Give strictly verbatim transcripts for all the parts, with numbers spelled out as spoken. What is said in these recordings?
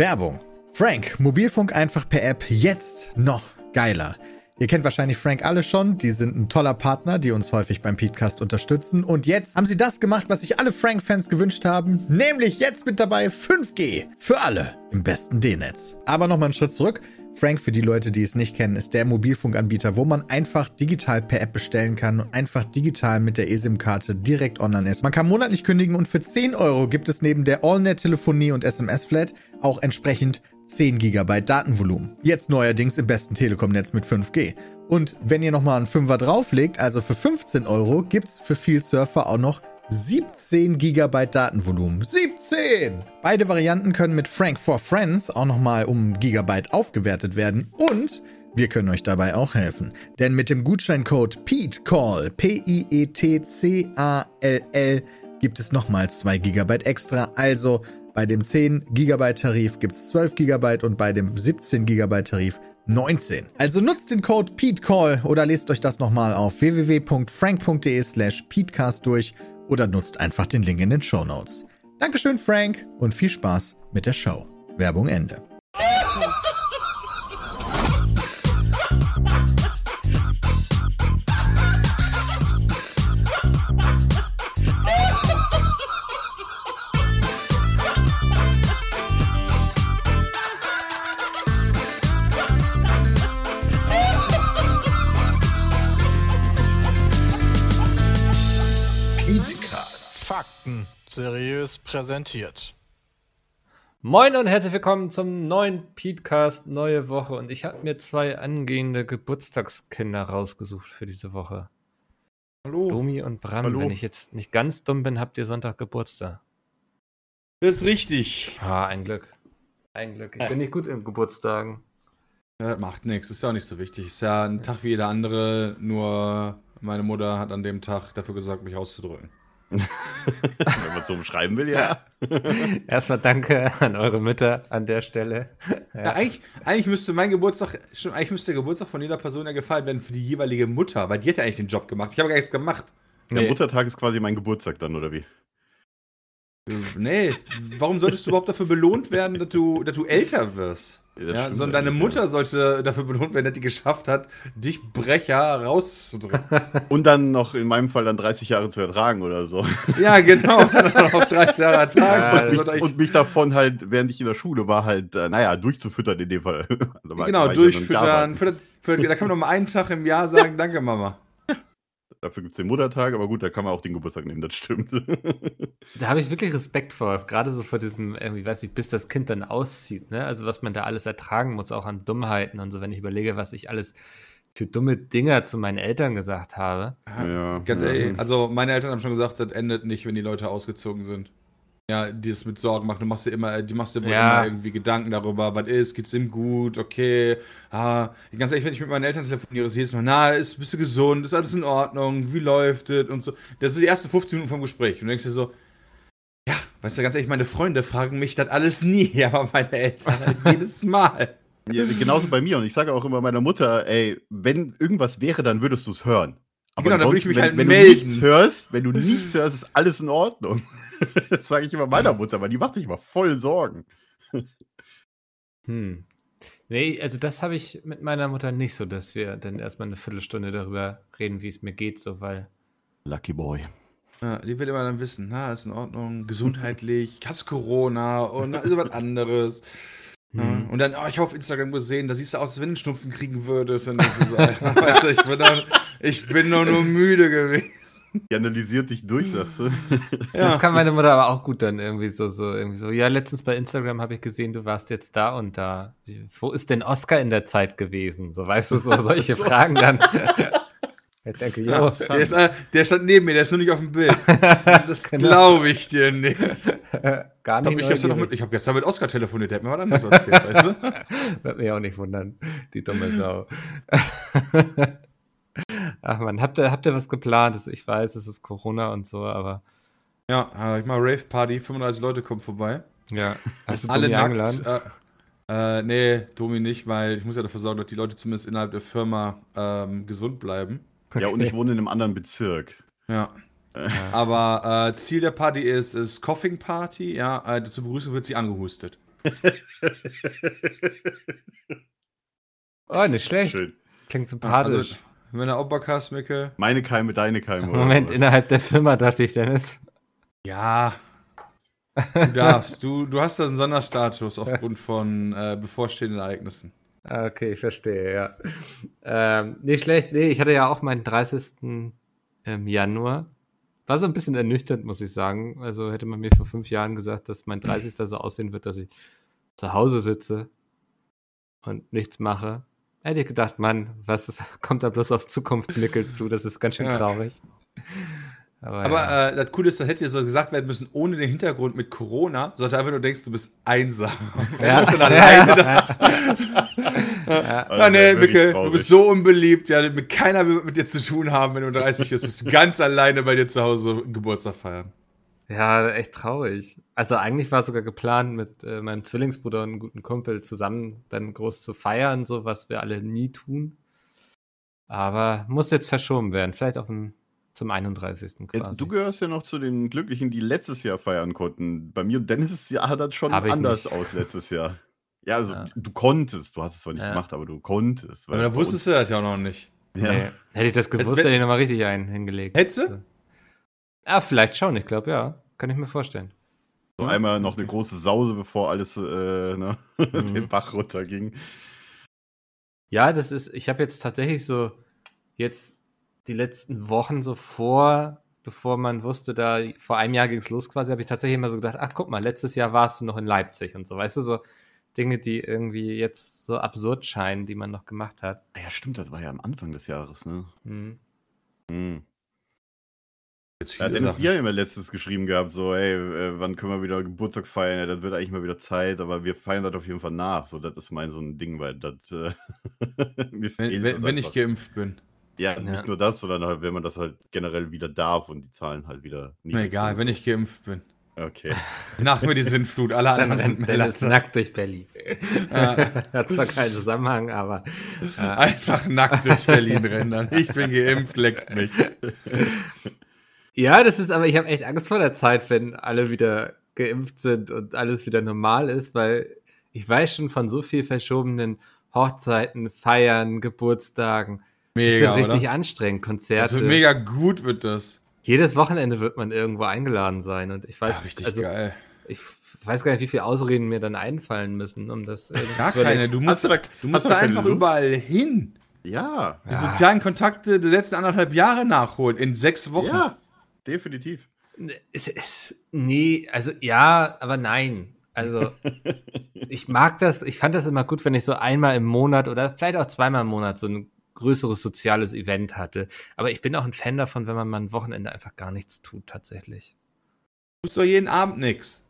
Werbung. Frank, Mobilfunk einfach per App, jetzt noch geiler. Ihr kennt wahrscheinlich Frank alle schon, die sind ein toller Partner, die uns häufig beim Peatcast unterstützen. Und jetzt haben sie das gemacht, was sich alle Frank-Fans gewünscht haben, nämlich jetzt mit dabei fünf G für alle im besten D-Netz. Aber nochmal einen Schritt zurück. Frank, für die Leute, die es nicht kennen, ist der Mobilfunkanbieter, wo man einfach digital per App bestellen kann und einfach digital mit der eSIM-Karte direkt online ist. Man kann monatlich kündigen und für zehn Euro gibt es neben der AllNet-Telefonie und S M S-Flat auch entsprechend zehn Gigabyte Datenvolumen. Jetzt neuerdings im besten Telekom-Netz mit fünf G. Und wenn ihr nochmal einen Fünfer drauflegt, also für fünfzehn Euro, gibt's für viel Surfer auch noch siebzehn Gigabyte Datenvolumen. siebzehn! Beide Varianten können mit Frank for Friends auch nochmal um Gigabyte aufgewertet werden und wir können euch dabei auch helfen. Denn mit dem Gutscheincode PEATCALL, P I E T C A L L, gibt es nochmal zwei Gigabyte extra. Also bei dem zehn Gigabyte Tarif gibt es zwölf Gigabyte und bei dem siebzehn Gigabyte Tarif neunzehn. Also nutzt den Code PEATCALL oder lest euch das nochmal auf w w w punkt frank punkt de slash peatcast durch oder nutzt einfach den Link in den Shownotes. Dankeschön, Frank, und viel Spaß mit der Show. Werbung Ende. Fakten seriös präsentiert. Moin und herzlich willkommen zum neuen Peatcast, neue Woche. Und ich habe mir zwei angehende Geburtstagskinder rausgesucht für diese Woche. Hallo. Domi und Bram. Hallo. Wenn ich jetzt nicht ganz dumm bin, habt ihr Sonntag Geburtstag. Das ist richtig. Ah, ein Glück. Ein Glück. Ich bin nicht gut in Geburtstagen. Ja, das macht nichts, ist ja auch nicht so wichtig. Ist ja ein Tag wie jeder andere, nur meine Mutter hat an dem Tag dafür gesorgt, mich auszudrücken. Wenn man es so umschreiben will, ja. Erstmal danke an eure Mütter an der Stelle. Ja. Ja, eigentlich, eigentlich müsste mein Geburtstag, schon, eigentlich müsste der Geburtstag von jeder Person ja gefeiert werden für die jeweilige Mutter, weil die hat ja eigentlich den Job gemacht. Ich habe gar nichts gemacht. Der Nee. Muttertag ist quasi mein Geburtstag dann, oder wie? Nee, warum solltest du überhaupt dafür belohnt werden, dass du, dass du älter wirst? Ja, Ja, stimmt sondern deine eigentlich, Mutter sollte dafür belohnt werden, dass die geschafft hat, dich Brecher rauszudrücken. Und dann noch in meinem Fall dann dreißig Jahre zu ertragen oder so. Ja, genau. Dann auch dreißig Jahre Ja, ertragen. Und Das mich, sollte und mich davon halt, während ich in der Schule war, halt, äh, naja, durchzufüttern in dem Fall. Da war- Genau, war ich ja noch nicht durchfüttern. arbeiten. Für das, für, da kann man noch mal einen Tag im Jahr sagen, danke Mama. Dafür gibt es den Muttertag, aber gut, da kann man auch den Geburtstag nehmen, das stimmt. Da habe ich wirklich Respekt vor, gerade so vor diesem, irgendwie, weiß ich, bis das Kind dann auszieht, ne? Also was man da alles ertragen muss, auch an Dummheiten und so, wenn ich überlege, was ich alles für dumme Dinger zu meinen Eltern gesagt habe. Ja, Ganz ja. ehrlich, also meine Eltern haben schon gesagt, das endet nicht, wenn die Leute ausgezogen sind. Ja, die es mit Sorgen machen, du machst dir immer, die machst dir wohl Ja. immer irgendwie Gedanken darüber, was ist, geht's ihm gut, okay, ah, ganz ehrlich, wenn ich mit meinen Eltern telefoniere, ist jedes Mal, na, ist, bist du gesund, ist alles in Ordnung, wie läuft es und so. Das sind die ersten fünfzehn Minuten vom Gespräch und du denkst dir so, ja, weißt du, ganz ehrlich, meine Freunde fragen mich das alles nie, aber meine Eltern halt jedes Mal. Ja, genauso bei mir. Und ich sage auch immer meiner Mutter, ey, wenn irgendwas wäre, dann würdest du es hören. Aber Genau, dann würde ich ansonsten, mich wenn, halt wenn melden. du nichts hörst, wenn du nichts hörst, ist alles in Ordnung. Das sage ich immer meiner Mutter, weil die macht sich immer voll Sorgen. Hm. Nee, also das habe ich mit meiner Mutter nicht so, dass wir dann erstmal eine Viertelstunde darüber reden, wie es mir geht, so, weil. Lucky Boy. Ja, die will immer dann wissen, na, ist in Ordnung, gesundheitlich, hast Corona und na, ist was anderes. Ja, Hm. und dann, oh, ich habe auf Instagram gesehen, da siehst du aus, als wenn du einen Schnupfen kriegen würdest. Und das ist, Alter, weißt du, ich bin, doch, ich bin doch nur müde gewesen. Die analysiert dich durch, sagst du. Das kann meine Mutter aber auch gut dann irgendwie so, so, irgendwie so. Ja, letztens bei Instagram habe ich gesehen, du warst jetzt da und da. Wo ist denn Oscar in der Zeit gewesen? So, weißt du, so solche Fragen dann. Ich denke, jo. Der, ist, äh, der stand neben mir, der ist nur nicht auf dem Bild. Das Genau. glaube ich dir nicht. Gar Hab nicht ich, gestern noch neugierig. mit, ich habe gestern mit Oscar telefoniert, der hat mir was anderes erzählt, weißt du? Wird mich auch nicht wundern, die dumme Sau. Ach man, habt ihr, habt ihr was geplant? Ich weiß, es ist Corona und so, aber Ja, äh, ich mache Rave-Party, fünfunddreißig Leute kommen vorbei. ja. Hast du Alle Domi nackt. eingeladen? Äh, äh, nee, Domi nicht, weil ich muss ja dafür sorgen, dass die Leute zumindest innerhalb der Firma ähm, gesund bleiben. Ja, und ich wohne in einem anderen Bezirk. Ja. Aber äh, Ziel der Party ist, ist Coughing Party, ja, äh, zur Begrüßung wird sie angehustet. Oh, nicht schlecht. Schön. Klingt sympathisch. Also, wenn er Opa hast, Mickel. Meine Keime, deine Keime. oder Moment, was? innerhalb der Firma dachte ich, Dennis. Ja. Du darfst. Du, du hast da einen Sonderstatus aufgrund von äh, bevorstehenden Ereignissen. Ah, okay, ich verstehe, ja. Ähm, nicht schlecht. Nee, ich hatte ja auch meinen dreißigsten im Januar. War so ein bisschen ernüchternd, muss ich sagen. Also hätte man mir vor fünf Jahren gesagt, dass mein dreißigster so aussehen wird, dass ich zu Hause sitze und nichts mache. Hätte ich gedacht, Mann, was ist, kommt da bloß auf Zukunftsmickel zu? Das ist ganz schön Ja. traurig. Aber, Aber ja. äh, das Coole ist, das hätte dir so gesagt werden müssen, ohne den Hintergrund mit Corona, sondern einfach nur denkst, du bist einsam. Ja. Du bist dann alleine da. Ja. Also, Ah, nee, wirklich Mickel, du traurig. bist so unbeliebt, ja, mit keiner will mit dir zu tun haben, wenn du dreißig bist. Du bist ganz alleine bei dir zu Hause Geburtstag feiern. Ja, echt traurig. Also eigentlich war sogar geplant, mit äh, meinem Zwillingsbruder und einem guten Kumpel zusammen dann groß zu feiern, so was wir alle nie tun. Aber muss jetzt verschoben werden. Vielleicht auf den, zum einunddreißigsten Ja, quasi. du gehörst ja noch zu den Glücklichen, die letztes Jahr feiern konnten. Bei mir und Dennis ist ja das schon Hab ich anders nicht. aus letztes Jahr. Ja, also Ja. du konntest, du hast es zwar nicht Ja. gemacht, aber du konntest. weil Aber da bei wusstest du das ja auch noch nicht. uns- Ja. Nee. Hätte ich das gewusst, Wenn- hätte ich nochmal richtig einen hingelegt. Hättest du? Ja, vielleicht schon, ich glaube, ja. Kann ich mir vorstellen. So einmal noch eine große Sause, bevor alles äh, ne, Mhm. den Bach runterging. Ja, das ist, ich habe jetzt tatsächlich so jetzt die letzten Wochen so vor, bevor man wusste, da vor einem Jahr ging es los quasi, habe ich tatsächlich immer so gedacht, ach guck mal, letztes Jahr warst du noch in Leipzig und so, weißt du, so Dinge, die irgendwie jetzt so absurd scheinen, die man noch gemacht hat. Ah ja, stimmt, das war ja am Anfang des Jahres, ne? Hm. Hm. Jetzt Ja, viele Dennis, Sachen. wir haben ja letztes geschrieben gehabt, so, ey, äh, wann können wir wieder Geburtstag feiern? Ja, das wird eigentlich mal wieder Zeit, aber wir feiern das auf jeden Fall nach. So, das ist mein so ein Ding, weil das, äh, mir Wenn, fehlt wenn, das wenn ich einfach. geimpft bin. Ja, Ja. nicht nur das, sondern halt, wenn man das halt generell wieder darf und die Zahlen halt wieder nicht. Mir egal, wenn ich geimpft bin. Okay. Nach mir die Sintflut, alle Dann anderen sind rennt mir Dennis Latte. nackt durch Berlin. Ja, Hat zwar keinen Zusammenhang, aber äh, einfach nackt durch Berlin rennen. Ich bin geimpft, leckt mich. ja, das ist aber, ich habe echt Angst vor der Zeit, wenn alle wieder geimpft sind und alles wieder normal ist, weil ich weiß schon von so viel verschobenen Hochzeiten, Feiern, Geburtstagen. Das Mega, wird richtig oder? anstrengend, Das Konzerte. wird mega gut, wird das. Jedes Wochenende wird man irgendwo eingeladen sein und ich weiß, Ja, richtig also geil. ich weiß gar nicht, wie viele Ausreden mir dann einfallen müssen, um das irgendwie Gar zu überlegen. keine. Du musst, Hast du da- du hast musst du da da keine einfach Lust? überall hin. Ja. Die sozialen Kontakte der letzten anderthalb Jahre nachholen. In sechs Wochen. Ja, definitiv. Es ist, nee, also ja, aber nein. Also ich mag das, ich fand das immer gut, wenn ich so einmal im Monat oder vielleicht auch zweimal im Monat so ein größeres soziales Event hatte. Aber ich bin auch ein Fan davon, wenn man mal ein Wochenende einfach gar nichts tut, tatsächlich. Du musst doch jeden Abend nix.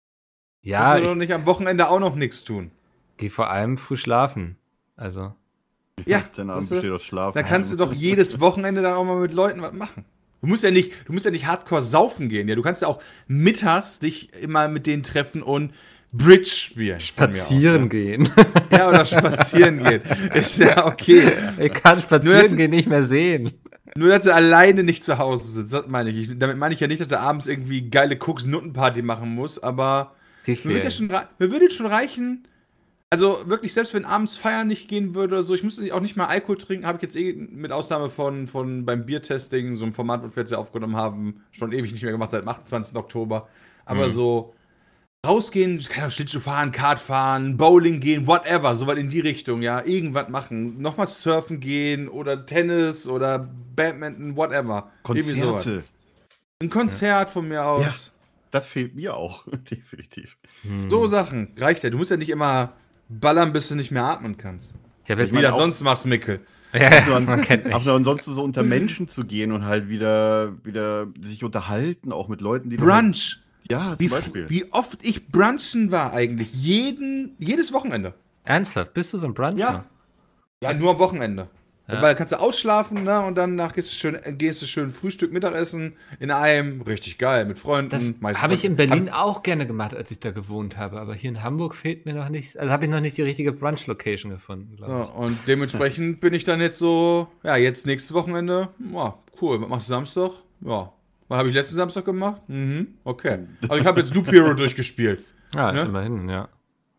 Ja, du musst doch ich nicht am Wochenende auch noch nichts tun. gehe vor allem früh schlafen. Also, Ja, Dein Abend siehst du? besteht aus Schlaf. Da kannst du doch jedes Wochenende dann auch mal mit Leuten was machen. Du musst ja nicht, du musst ja nicht hardcore saufen gehen, ja. Du kannst ja auch mittags dich immer mit denen treffen und Bridge spielen. von mir aus, spazieren gehen. Ja. Ja, oder spazieren gehen. Ist ja okay. Ich kann Nur spazieren das- gehen nicht mehr sehen. Nur, dass du alleine nicht zu Hause sitzt, das meine ich. ich. Damit meine ich ja nicht, dass du abends irgendwie geile Koks-Nutten-Party machen musst, aber Die mir würde, fehlen. ja schon, rei- mir würde schon reichen, also wirklich, selbst wenn abends feiern nicht gehen würde oder so, ich müsste auch nicht mal Alkohol trinken, habe ich jetzt eh mit Ausnahme von, von beim Biertesting, so einem Format, was wir jetzt ja aufgenommen haben, schon ewig nicht mehr gemacht, seit dem achtundzwanzigsten Oktober. Aber Mhm. so rausgehen, ich kann auch Schlittschuh fahren, Kart fahren, Bowling gehen, whatever, sowas in die Richtung, ja, irgendwas machen. Nochmal surfen gehen oder Tennis oder Badminton, whatever. Irgendwie sowas. Konzerte. Ein Konzert von mir aus. Das fehlt mir auch, definitiv. Hm. So Sachen reicht ja. Du musst ja nicht immer ballern, bis du nicht mehr atmen kannst. Ich habe jetzt Wie du das auch- sonst machst, Mickel. ja, Nur man kennt mich. Aber ansonsten so unter Menschen zu gehen und halt wieder, wieder sich unterhalten, auch mit Leuten, die. Brunch. Ja, zum Wie, Beispiel. wie oft ich brunchen war eigentlich. Jeden, jedes Wochenende. Ernsthaft, bist du so ein Bruncher? Ja. Ja, nur am Wochenende. Ja. Weil da kannst du ausschlafen, ne? Und dann nach gehst du schön, äh, gehst du schön Frühstück, Mittagessen in einem. Richtig geil, mit Freunden. Das Meistens- habe ich in Berlin Hab- auch gerne gemacht, als ich da gewohnt habe. Aber hier in Hamburg fehlt mir noch nichts. Also habe ich noch nicht die richtige Brunch-Location gefunden, glaube Ja, ich. und dementsprechend bin ich dann jetzt so, ja, jetzt nächstes Wochenende. Ja, cool. Was machst du Samstag? Ja. Was habe ich letzten Samstag gemacht? Mhm, okay. Also ich habe jetzt Loop Hero durchgespielt. Ja, ne? immerhin, ja.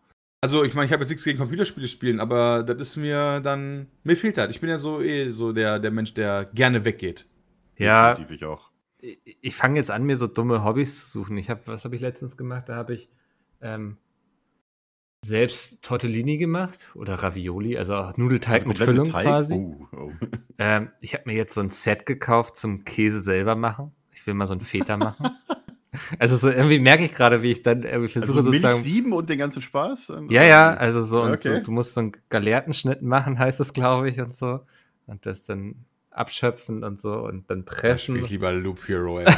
Also, ich meine, ich habe jetzt nichts gegen Computerspiele spielen, aber das ist mir dann. Mir fehlt das. Ich bin ja so eh so der, der Mensch, der gerne weggeht. Ja, Definitiv ich auch. ich, ich fange jetzt an, mir so dumme Hobbys zu suchen. Ich habe, was habe ich letztens gemacht? Da habe ich ähm, selbst Tortellini gemacht oder Ravioli, also auch Nudelteig Also mit komplett Füllung Teig? quasi. Oh, oh. Ähm, ich habe mir jetzt so ein Set gekauft zum Käse selber machen. Ich will mal so ein Feta machen. Also so irgendwie merke ich gerade, wie ich dann irgendwie versuche Also Milch sozusagen. sieben und den ganzen Spaß? Dann- Ja, ja, also so, und Okay. so, du musst so einen Galertenschnitt machen, heißt es, glaube ich, und so. Und das dann abschöpfen und so und dann Da pressen. spiele ich lieber Loop Hero, ey.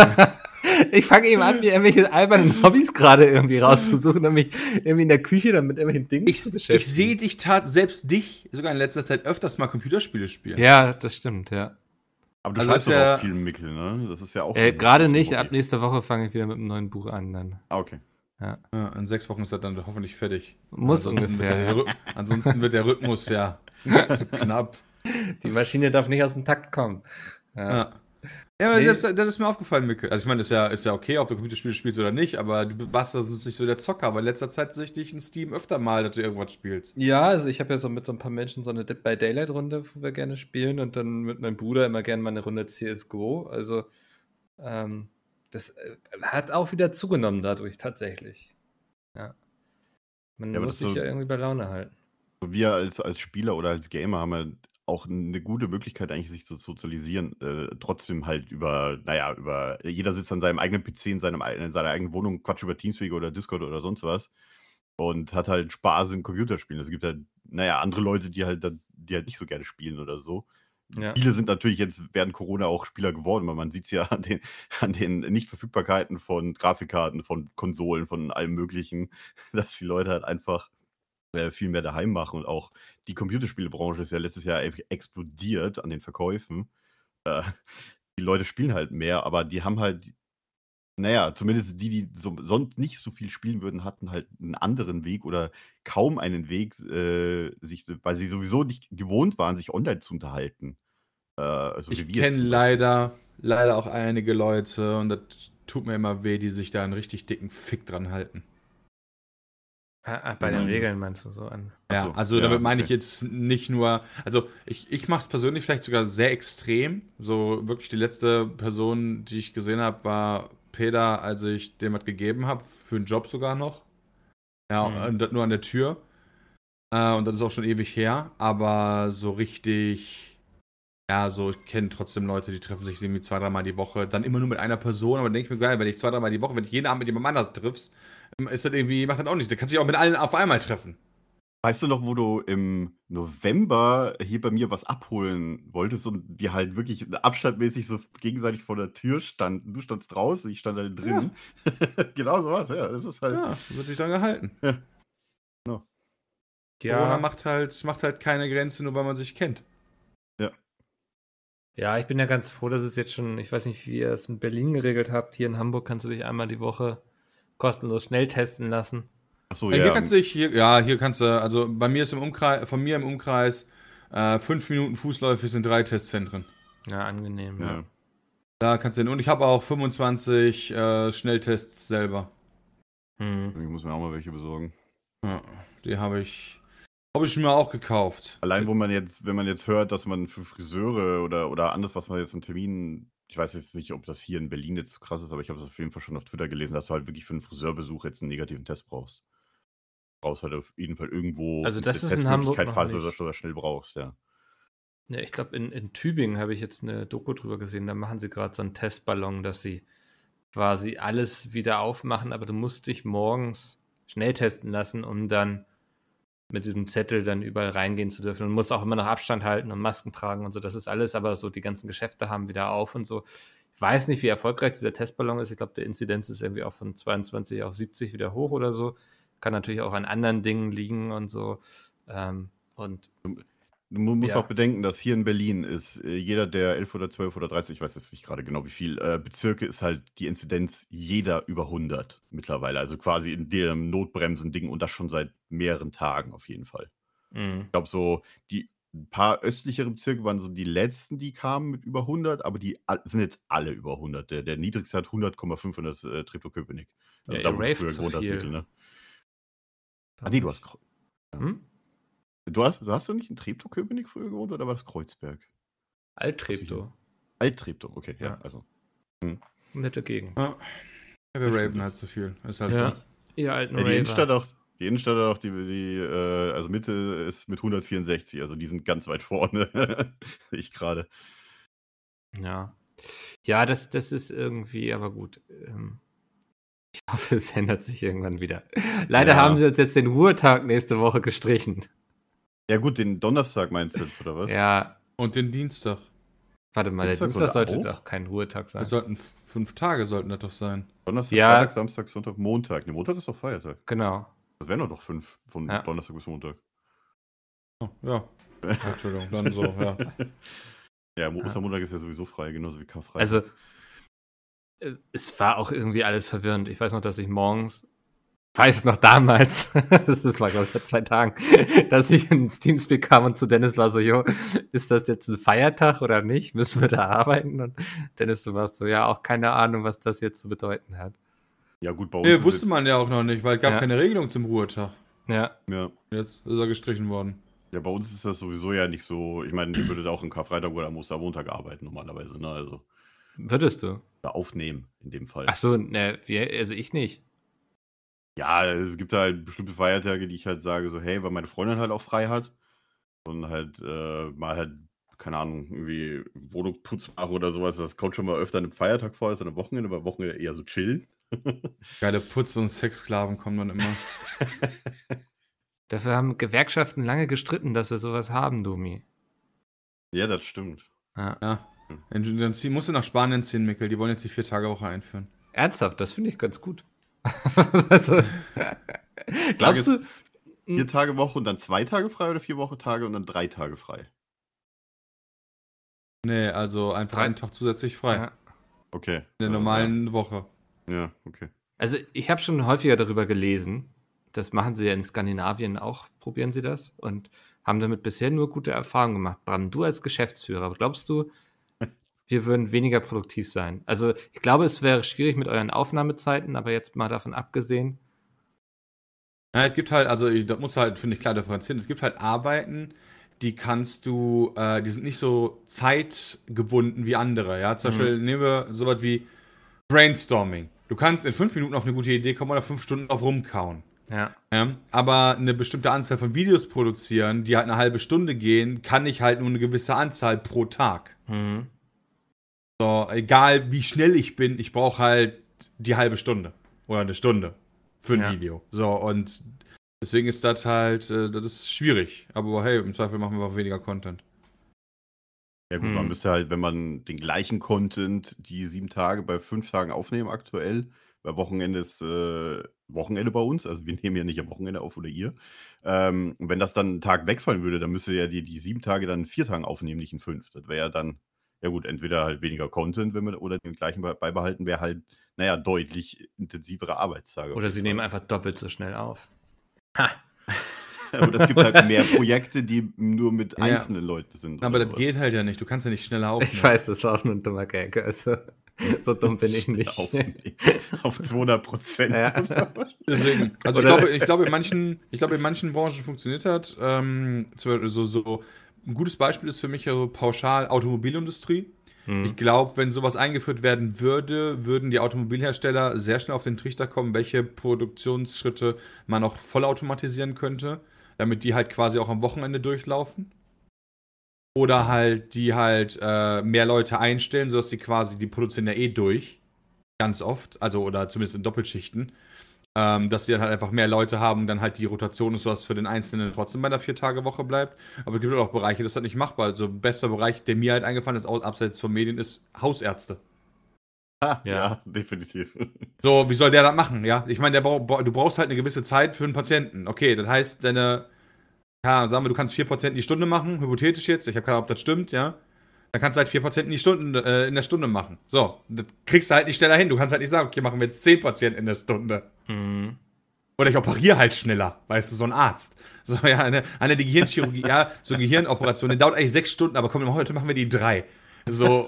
Ich fange eben an, mir irgendwelche albernen Hobbys gerade irgendwie rauszusuchen, um mich irgendwie in der Küche dann mit irgendwelchen Dingen ich zu beschäftigen. ich sehe dich tat, selbst dich, sogar in letzter Zeit öfters mal Computerspiele spielen. Ja, das stimmt, ja. Aber du Also schreibst ist doch ja- auch viel Mickel, ne? Das ist ja auch. Äh, so ein- gerade so ein nicht, Hobby. ab nächster Woche fange ich wieder mit einem neuen Buch an dann. Ah, okay. Ja, in sechs Wochen ist das dann hoffentlich fertig. Muss ansonsten ungefähr, Wird der, ja. Rhyth- ansonsten wird der Rhythmus ja zu knapp. Die Maschine darf nicht aus dem Takt kommen. Ja. Ja. Ja, aber Nee. selbst das ist mir aufgefallen, Mikkel. Also ich meine, ist ja, ist ja okay, ob du Computerspiele spielst oder nicht, aber du warst das nicht so der Zocker, aber in letzter Zeit sehe ich dich in Steam öfter mal, dass du irgendwas spielst. Ja, also ich habe ja so mit so ein paar Menschen so eine Dead by Daylight Runde, wo wir gerne spielen und dann mit meinem Bruder immer gerne mal eine Runde C S G O. Also ähm, das äh, hat auch wieder zugenommen dadurch tatsächlich. Ja. Man Ja, aber muss das sich so- ja irgendwie bei Laune halten. Wir als, als Spieler oder als Gamer haben ja auch eine gute Möglichkeit, eigentlich sich zu sozialisieren. Äh, trotzdem halt über, naja, über, jeder sitzt an seinem eigenen P C in, seinem, in seiner eigenen Wohnung, quatscht über Teamspeak oder Discord oder sonst was und hat halt Spaß in Computerspielen. Es gibt halt, naja, andere Leute, die halt, dann- die halt nicht so gerne spielen oder so. Ja. Viele sind natürlich jetzt während Corona auch Spieler geworden, weil man sieht es ja an den, an den Nichtverfügbarkeiten von Grafikkarten, von Konsolen, von allem Möglichen, dass die Leute halt einfach äh, viel mehr daheim machen. Und auch die Computerspielebranche ist ja letztes Jahr einfach explodiert an den Verkäufen. Äh, die Leute spielen halt mehr, aber die haben halt, naja, zumindest die, die so, sonst nicht so viel spielen würden, hatten halt einen anderen Weg oder kaum einen Weg, äh, sich, weil sie sowieso nicht gewohnt waren, sich online zu unterhalten. Äh, also Ich wie wir jetzt kenne zum Beispiel. leider, leider auch einige Leute und das tut mir immer weh, die sich da einen richtig dicken Fick dran halten. Ah, ah, bei den meinst du? Regeln meinst du so an. Ja, Ach so, also ja, damit meine ich okay. jetzt nicht nur, also ich, ich mache es persönlich vielleicht sogar sehr extrem. So wirklich die letzte Person, die ich gesehen habe, war Peter, als ich dem was gegeben habe, für einen Job sogar noch. Ja, Mhm. und das nur an der Tür. Äh, und das ist auch schon ewig her, aber so richtig, ja, so ich kenne trotzdem Leute, die treffen sich irgendwie zwei, dreimal die Woche, dann immer nur mit einer Person, aber denke ich mir, geil, wenn ich zwei, dreimal die Woche, wenn ich jeden Abend mit jemandem anders triffst, ist das irgendwie, macht das auch nicht. Da kannst du dich auch mit allen auf einmal treffen. Weißt du noch, wo du im November hier bei mir was abholen wolltest und wir halt wirklich abstandmäßig so gegenseitig vor der Tür standen? Du standst draußen, ich stand da drin. Genau so was, ja. Das ist halt. Ja, wird sich dann gehalten. Corona Ja, macht halt, macht halt keine Grenze, nur weil man sich kennt. ja, ich bin ja ganz froh, dass es jetzt schon, ich weiß nicht, wie ihr es in Berlin geregelt habt. Hier in Hamburg kannst du dich einmal die Woche kostenlos schnell testen lassen. Achso, Ja, ja. hier kannst du dich, hier, ja, hier kannst du, also bei mir ist im Umkreis, von mir im Umkreis, äh, fünf Minuten fußläufig sind drei Testzentren. Ja, angenehm. Ja. ja. Da kannst du hin. Und ich habe auch fünfundzwanzig äh, Schnelltests selber. Hm. Ich muss mir auch mal welche besorgen. Ja, die habe ich, habe ich mir auch gekauft. Allein, wo man jetzt, wenn man jetzt hört, dass man für Friseure oder, oder alles, was man jetzt einen Termin, ich weiß jetzt nicht, ob das hier in Berlin jetzt so krass ist, aber ich habe das auf jeden Fall schon auf Twitter gelesen, dass du halt wirklich für einen Friseurbesuch jetzt einen negativen Test brauchst. Du brauchst halt auf jeden Fall irgendwo Also das eine ist in Hamburg noch falls du nicht. das das schnell brauchst, ja. Ja, ich glaube, in, in Tübingen habe ich jetzt eine Doku drüber gesehen. Da machen sie gerade so einen Testballon, dass sie quasi alles wieder aufmachen, aber du musst dich morgens schnell testen lassen, um dann mit diesem Zettel dann überall reingehen zu dürfen. Und musst auch immer noch Abstand halten und Masken tragen und so. Das ist alles, aber so die ganzen Geschäfte haben wieder auf und so. Ich weiß nicht, wie erfolgreich dieser Testballon ist. Ich glaube, der Inzidenz ist irgendwie auch von zweiundzwanzig auf siebzig wieder hoch oder so. Kann natürlich auch an anderen Dingen liegen und so. Ähm, und Du mu- musst Ja. auch bedenken, dass hier in Berlin ist äh, jeder der elf oder zwölf oder dreizehn, ich weiß jetzt nicht gerade genau wie viel, äh, Bezirke ist halt die Inzidenz jeder über hundert mittlerweile. Also quasi in dem Notbremsen-Ding und das schon seit mehreren Tagen auf jeden Fall. mh. Ich glaube, so die ein paar östlichere Bezirke waren so die letzten, die kamen mit über hundert, aber die all- sind jetzt alle über hundert. Der, der niedrigste hat hundert Komma fünf und das äh, Treptow-Köpenick. Also Ja, da, ihr wo du raved früher zu gewohnt hast, viel. Mikkel, ne? Ah, nee, du hast, Kreu- Hm? du hast, du hast doch nicht in Treptow-Köpenick früher gewohnt oder war das Kreuzberg? Alt-Treptow. Alt-Treptow, okay, ja, Ja. also. Nette Gegend. Ja. Ja, wir raven halt so viel. Ist halt so. Ihr alten Ja, die Raver. Innenstadt auch, die Innenstadt auch, die, die äh, also Mitte ist mit hundertvierundsechzig, also die sind ganz weit vorne, sehe ich gerade. Ja. Ja, das, das ist irgendwie, aber gut. Ähm, ich hoffe, es ändert sich irgendwann wieder. Leider Ja. haben sie uns jetzt den Ruhetag nächste Woche gestrichen. Ja gut, den Donnerstag meinst du jetzt, oder was? Ja, Und den Dienstag. warte mal, der Dienstag Dienstag sollte sollte auch? doch kein Ruhetag sein. Das sollten f- fünf Tage sollten das doch sein. Donnerstag, Ja. Freitag, Samstag, Sonntag, Montag. Ne, Montag ist doch Feiertag. Genau. Das wären doch doch fünf von Ja. Donnerstag bis Montag. Oh, ja. Entschuldigung, dann so, ja. Ja, Mo- Ja. Ostermontag ist ja sowieso frei, genauso wie Karfreitag. Also, äh, es war auch irgendwie alles verwirrend. Ich weiß noch, dass ich morgens, weiß noch damals, das war glaube ich vor zwei Tagen, dass ich ins Teamspeak kam und zu Dennis war so, jo, ist das jetzt ein Feiertag oder nicht? Müssen wir da arbeiten? Und Dennis, du warst so, ja, auch keine Ahnung, was das jetzt zu bedeuten hat. ja gut, bei uns Nee, ist wusste jetzt, man ja auch noch nicht, weil es gab Ja. keine Regelung zum Ruhetag. Ja, Ja, Jetzt ist er gestrichen worden. ja, bei uns ist das sowieso ja nicht so, ich meine, die würde da auch am Karfreitag oder am Ostermontag arbeiten normalerweise, ne, also würdest du? da aufnehmen in dem Fall. Ach so, ne, wir, also ich nicht. Ja, es gibt halt bestimmte Feiertage, die ich halt sage, so, hey, weil meine Freundin halt auch frei hat und halt äh, mal halt, keine Ahnung, irgendwie Wohnungsputz machen oder sowas, das kommt schon mal öfter an einem Feiertag vor als an einem Wochenende, weil Wochenende eher so chillen. Geile Putz- und Sexsklaven kommen dann immer. Dafür haben Gewerkschaften lange gestritten, dass wir sowas haben, Dumi. Ja, das stimmt. Ja. Ja. Dann zieh- musst du nach Spanien ziehen, Mikkel. Die wollen jetzt die Vier-Tage-Woche einführen. Ernsthaft, das finde ich ganz gut. also, glaubst du? Vier Tage Woche und dann zwei Tage frei oder vier Woche Tage und dann drei Tage frei? Nee, also einfach Drei- einen Tag zusätzlich frei. Ja. Okay. In der Also, normalen Woche. Ja, ja okay. Also, ich habe schon häufiger darüber gelesen. Das machen sie ja in Skandinavien auch, probieren sie das und haben damit bisher nur gute Erfahrungen gemacht. Bram, du als Geschäftsführer, glaubst du, wir würden weniger produktiv sein? Also, ich glaube, es wäre schwierig mit euren Aufnahmezeiten, aber jetzt mal davon abgesehen. Ja, es gibt halt, also ich, da muss halt, finde ich, klar differenzieren. Es gibt halt Arbeiten, die kannst du, äh, die sind nicht so zeitgebunden wie andere. Ja, zum Mhm. Beispiel nehmen wir sowas wie Brainstorming. Du kannst in fünf Minuten auf eine gute Idee kommen oder fünf Stunden auf rumkauen. Ja. Ja, aber eine bestimmte Anzahl von Videos produzieren, die halt eine halbe Stunde gehen, kann ich halt nur eine gewisse Anzahl pro Tag. Mhm. So, egal wie schnell ich bin, ich brauche halt die halbe Stunde oder eine Stunde für ein Ja. Video. So, und deswegen ist das halt, äh, das ist schwierig. Aber hey, im Zweifel machen wir auch weniger Content. Ja gut, Hm. man müsste halt, wenn man den gleichen Content die sieben Tage bei fünf Tagen aufnehmen aktuell, weil Wochenende ist äh, Wochenende bei uns, also wir nehmen ja nicht am Wochenende auf oder ihr. Ähm, und wenn das dann einen Tag wegfallen würde, dann müsste ja die, die sieben Tage dann in vier Tagen aufnehmen, nicht in fünf. Das wäre ja dann, ja gut, entweder halt weniger Content, wenn wir oder den gleichen be- beibehalten, wäre halt, naja, deutlich intensivere Arbeitstage. Oder sie nehmen einfach doppelt so schnell auf. Und es gibt halt mehr Projekte, die nur mit Ja. einzelnen Leuten sind. Aber oder das sowas. geht halt ja nicht. Du kannst ja nicht schneller aufnehmen. Ich weiß, das war auch nur ein dummer Gag. Also, so dumm bin ich nicht. Auf, auf zweihundert Prozent. Ja. Deswegen, also ich Oder- glaube, ich glaube, in manchen, ich glaube, in manchen Branchen funktioniert das. Ähm, zum Beispiel so, so ein gutes Beispiel ist für mich ja so pauschal Automobilindustrie. Hm. Ich glaube, wenn sowas eingeführt werden würde, würden die Automobilhersteller sehr schnell auf den Trichter kommen, welche Produktionsschritte man auch vollautomatisieren könnte, damit die halt quasi auch am Wochenende durchlaufen. Oder halt die halt äh, mehr Leute einstellen, sodass die quasi, die produzieren ja eh durch. Ganz oft, also oder zumindest in Doppelschichten. Ähm, dass die dann halt einfach mehr Leute haben, dann halt die Rotation ist, was für den Einzelnen trotzdem bei der Vier-Tage-Woche bleibt. Aber es gibt halt auch Bereiche, das ist halt nicht machbar. Also bester Bereich, der mir halt eingefallen ist, au- abseits von Medien, ist Hausärzte. Ja, Ja. ja, definitiv. So, wie soll der das machen, ja? Ich meine, der brauch, brauch- du brauchst halt eine gewisse Zeit für einen Patienten. Okay, das heißt, deine, ja, sagen wir, du kannst vier Patienten die Stunde machen, hypothetisch jetzt, ich habe keine Ahnung, ob das stimmt, ja? Dann kannst du halt vier Patienten die Stunde, äh, in der Stunde machen. So, das kriegst du halt nicht schneller hin. Du kannst halt nicht sagen, okay, machen wir jetzt zehn Patienten in der Stunde. Hm. Oder ich operiere halt schneller, weißt du, so ein Arzt. So, ja, eine, eine die Gehirnchirurgie, ja, so eine Gehirnoperation, die dauert eigentlich sechs Stunden, aber komm, heute machen wir die drei. So,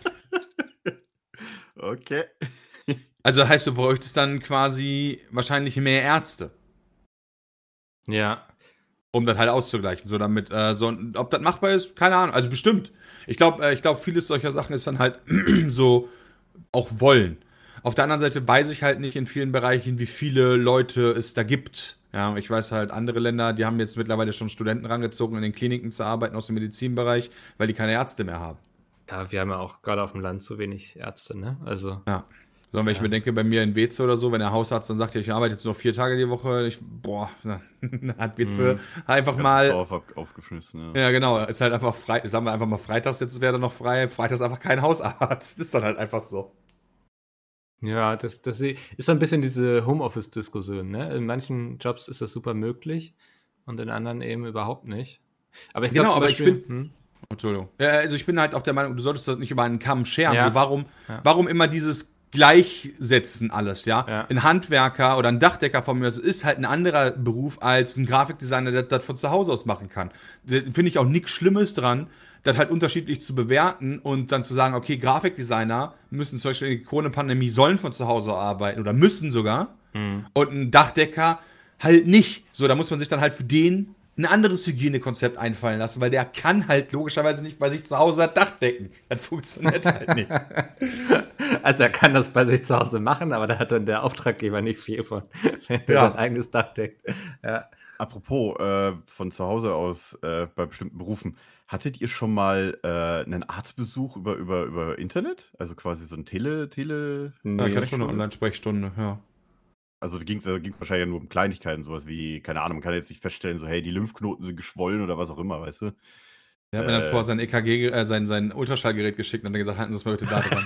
Okay. also das heißt, du bräuchtest dann quasi wahrscheinlich mehr Ärzte. Ja. Um das halt auszugleichen. So damit, äh, so, ob das machbar ist, keine Ahnung. Also bestimmt. Ich glaube, äh, ich glaube, vieles solcher Sachen ist dann halt so auch wollen. Auf der anderen Seite weiß ich halt nicht in vielen Bereichen, wie viele Leute es da gibt. Ja, ich weiß halt, andere Länder, die haben jetzt mittlerweile schon Studenten rangezogen, in den Kliniken zu arbeiten aus dem Medizinbereich, weil die keine Ärzte mehr haben. Ja, wir haben ja auch gerade auf dem Land zu wenig Ärzte, ne? Also. Ja. So, wenn ich Ja. mir denke, bei mir in Weze oder so, wenn der Hausarzt dann sagt, ja, ich arbeite jetzt nur vier Tage die Woche, ich, boah, na, hat Weze Mhm. einfach Ganzes mal. Dorf ab- aufgeschmissen, ja. Ja, genau. Ist halt einfach frei. Sagen wir einfach mal freitags, jetzt wäre noch frei. Freitags einfach kein Hausarzt. Ist dann halt einfach so. Ja, das, das ist so ein bisschen diese Homeoffice-Diskussion, ne? In manchen Jobs ist das super möglich und in anderen eben überhaupt nicht. Aber ich Genau, glaube, aber ich Beispiel, find- hm? Entschuldigung. Ja, also ich bin halt auch der Meinung, du solltest das nicht über einen Kamm scheren. Ja. So, warum, Ja. warum immer dieses Gleichsetzen alles, ja? Ja. Ein Handwerker oder ein Dachdecker von mir, das ist halt ein anderer Beruf als ein Grafikdesigner, der das von zu Hause aus machen kann. Da finde ich auch nichts Schlimmes dran, das halt unterschiedlich zu bewerten und dann zu sagen, okay, Grafikdesigner müssen zum Beispiel in der Corona-Pandemie sollen von zu Hause arbeiten oder müssen sogar. Hm. Und ein Dachdecker halt nicht. So, da muss man sich dann halt für den ein anderes Hygienekonzept einfallen lassen, weil der kann halt logischerweise nicht bei sich zu Hause das Dach decken. Das funktioniert halt nicht. Also er kann das bei sich zu Hause machen, aber da hat dann der Auftraggeber nicht viel von, wenn er Ja. sein eigenes Dach deckt. Ja. Apropos, äh, von zu Hause aus äh, bei bestimmten Berufen, hattet ihr schon mal äh, einen Arztbesuch über, über, über Internet? Also quasi so ein Tele, Tele. Ja, ich Nee. hatte schon eine Online-Sprechstunde, ja. Also da ging es wahrscheinlich ja nur um Kleinigkeiten, sowas wie, keine Ahnung, man kann jetzt nicht feststellen, so, hey, die Lymphknoten sind geschwollen oder was auch immer, weißt du? Der hat mir dann Äh. vorher sein E K G, äh, sein, sein Ultraschallgerät geschickt und hat dann gesagt, halten Sie es mal bitte da dran.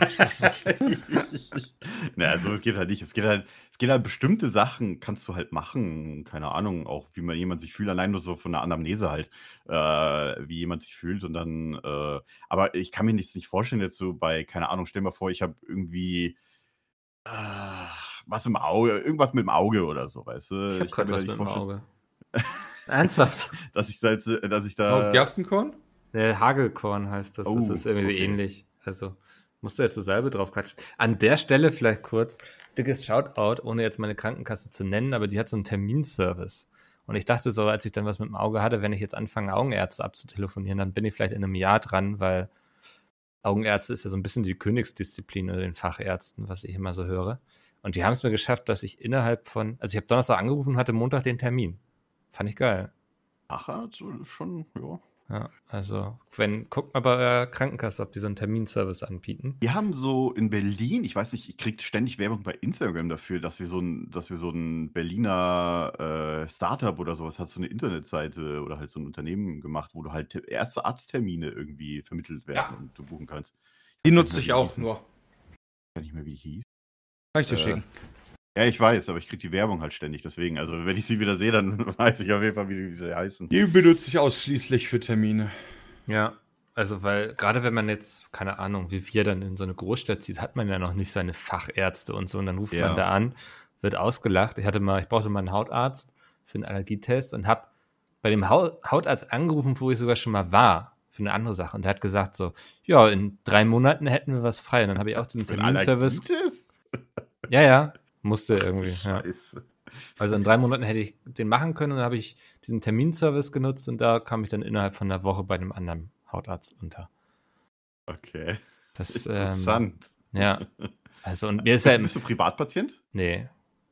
Na, also es geht halt nicht. Es geht halt, es geht halt bestimmte Sachen kannst du halt machen. Keine Ahnung, auch wie man jemand sich fühlt, allein nur so von der Anamnese halt, äh, wie jemand sich fühlt und dann, äh, aber ich kann mir das nicht vorstellen, jetzt so bei, keine Ahnung, stell dir mal vor, ich habe irgendwie äh, was im Auge, irgendwas mit dem Auge oder so, weißt du? Ich habe kann gerade mir was da mit nicht dem vorstellen, Auge. Ernsthaft? dass ich da jetzt, äh, dass ich Oh, da. Gerstenkorn? Der Hagelkorn heißt das. Das Oh, ist irgendwie so okay. ähnlich. Also musst du jetzt zur Salbe drauf quatschen. An der Stelle vielleicht kurz, dickes Shoutout, ohne jetzt meine Krankenkasse zu nennen, aber die hat so einen Terminservice. Und ich dachte so, als ich dann was mit dem Auge hatte, wenn ich jetzt anfange, Augenärzte abzutelefonieren, dann bin ich vielleicht in einem Jahr dran, weil Augenärzte ist ja so ein bisschen die Königsdisziplin unter den Fachärzten, was ich immer so höre. Und die haben es mir geschafft, dass ich innerhalb von, also ich habe Donnerstag angerufen und hatte Montag den Termin. Fand ich geil. Ach, also schon, ja. Ja, also, wenn, guckt mal bei eurer Krankenkasse, ob die so einen Terminservice anbieten. Wir haben so in Berlin, ich weiß nicht, ich kriege ständig Werbung bei Instagram dafür, dass wir so ein, dass wir so ein Berliner äh, Startup oder sowas hat, so eine Internetseite oder halt so ein Unternehmen gemacht, wo du halt te- erste Arzttermine irgendwie vermittelt werden Ja. und du buchen kannst. Die weiß nutze nicht ich mehr, wie auch hießen. nur. Ich weiß nicht mehr, wie die hieß. Kann ich dir Äh, schicken. Ja, ich weiß, aber ich kriege die Werbung halt ständig, deswegen. Also, wenn ich sie wieder sehe, dann weiß ich auf jeden Fall, wie, wie sie heißen. Die benutze ich ausschließlich für Termine. Ja, also, weil gerade wenn man jetzt, keine Ahnung, wie wir dann in so eine Großstadt zieht, hat man ja noch nicht seine Fachärzte und so. Und dann ruft Ja. man da an, wird ausgelacht. Ich hatte mal, ich brauchte mal einen Hautarzt für einen Allergietest und habe bei dem Hau- Hautarzt angerufen, wo ich sogar schon mal war, für eine andere Sache. Und der hat gesagt so, ja, in drei Monaten hätten wir was frei. Und dann habe ich auch diesen Für einen Terminservice. Allergietest? Ja, ja, musste irgendwie. Ja. Scheiße. Also in drei Monaten hätte ich den machen können und dann habe ich diesen Terminservice genutzt und da kam ich dann innerhalb von einer Woche bei einem anderen Hautarzt unter. Okay. Das, ähm, Interessant. ja. Also und mir ist ja, Bist du Privatpatient? nee.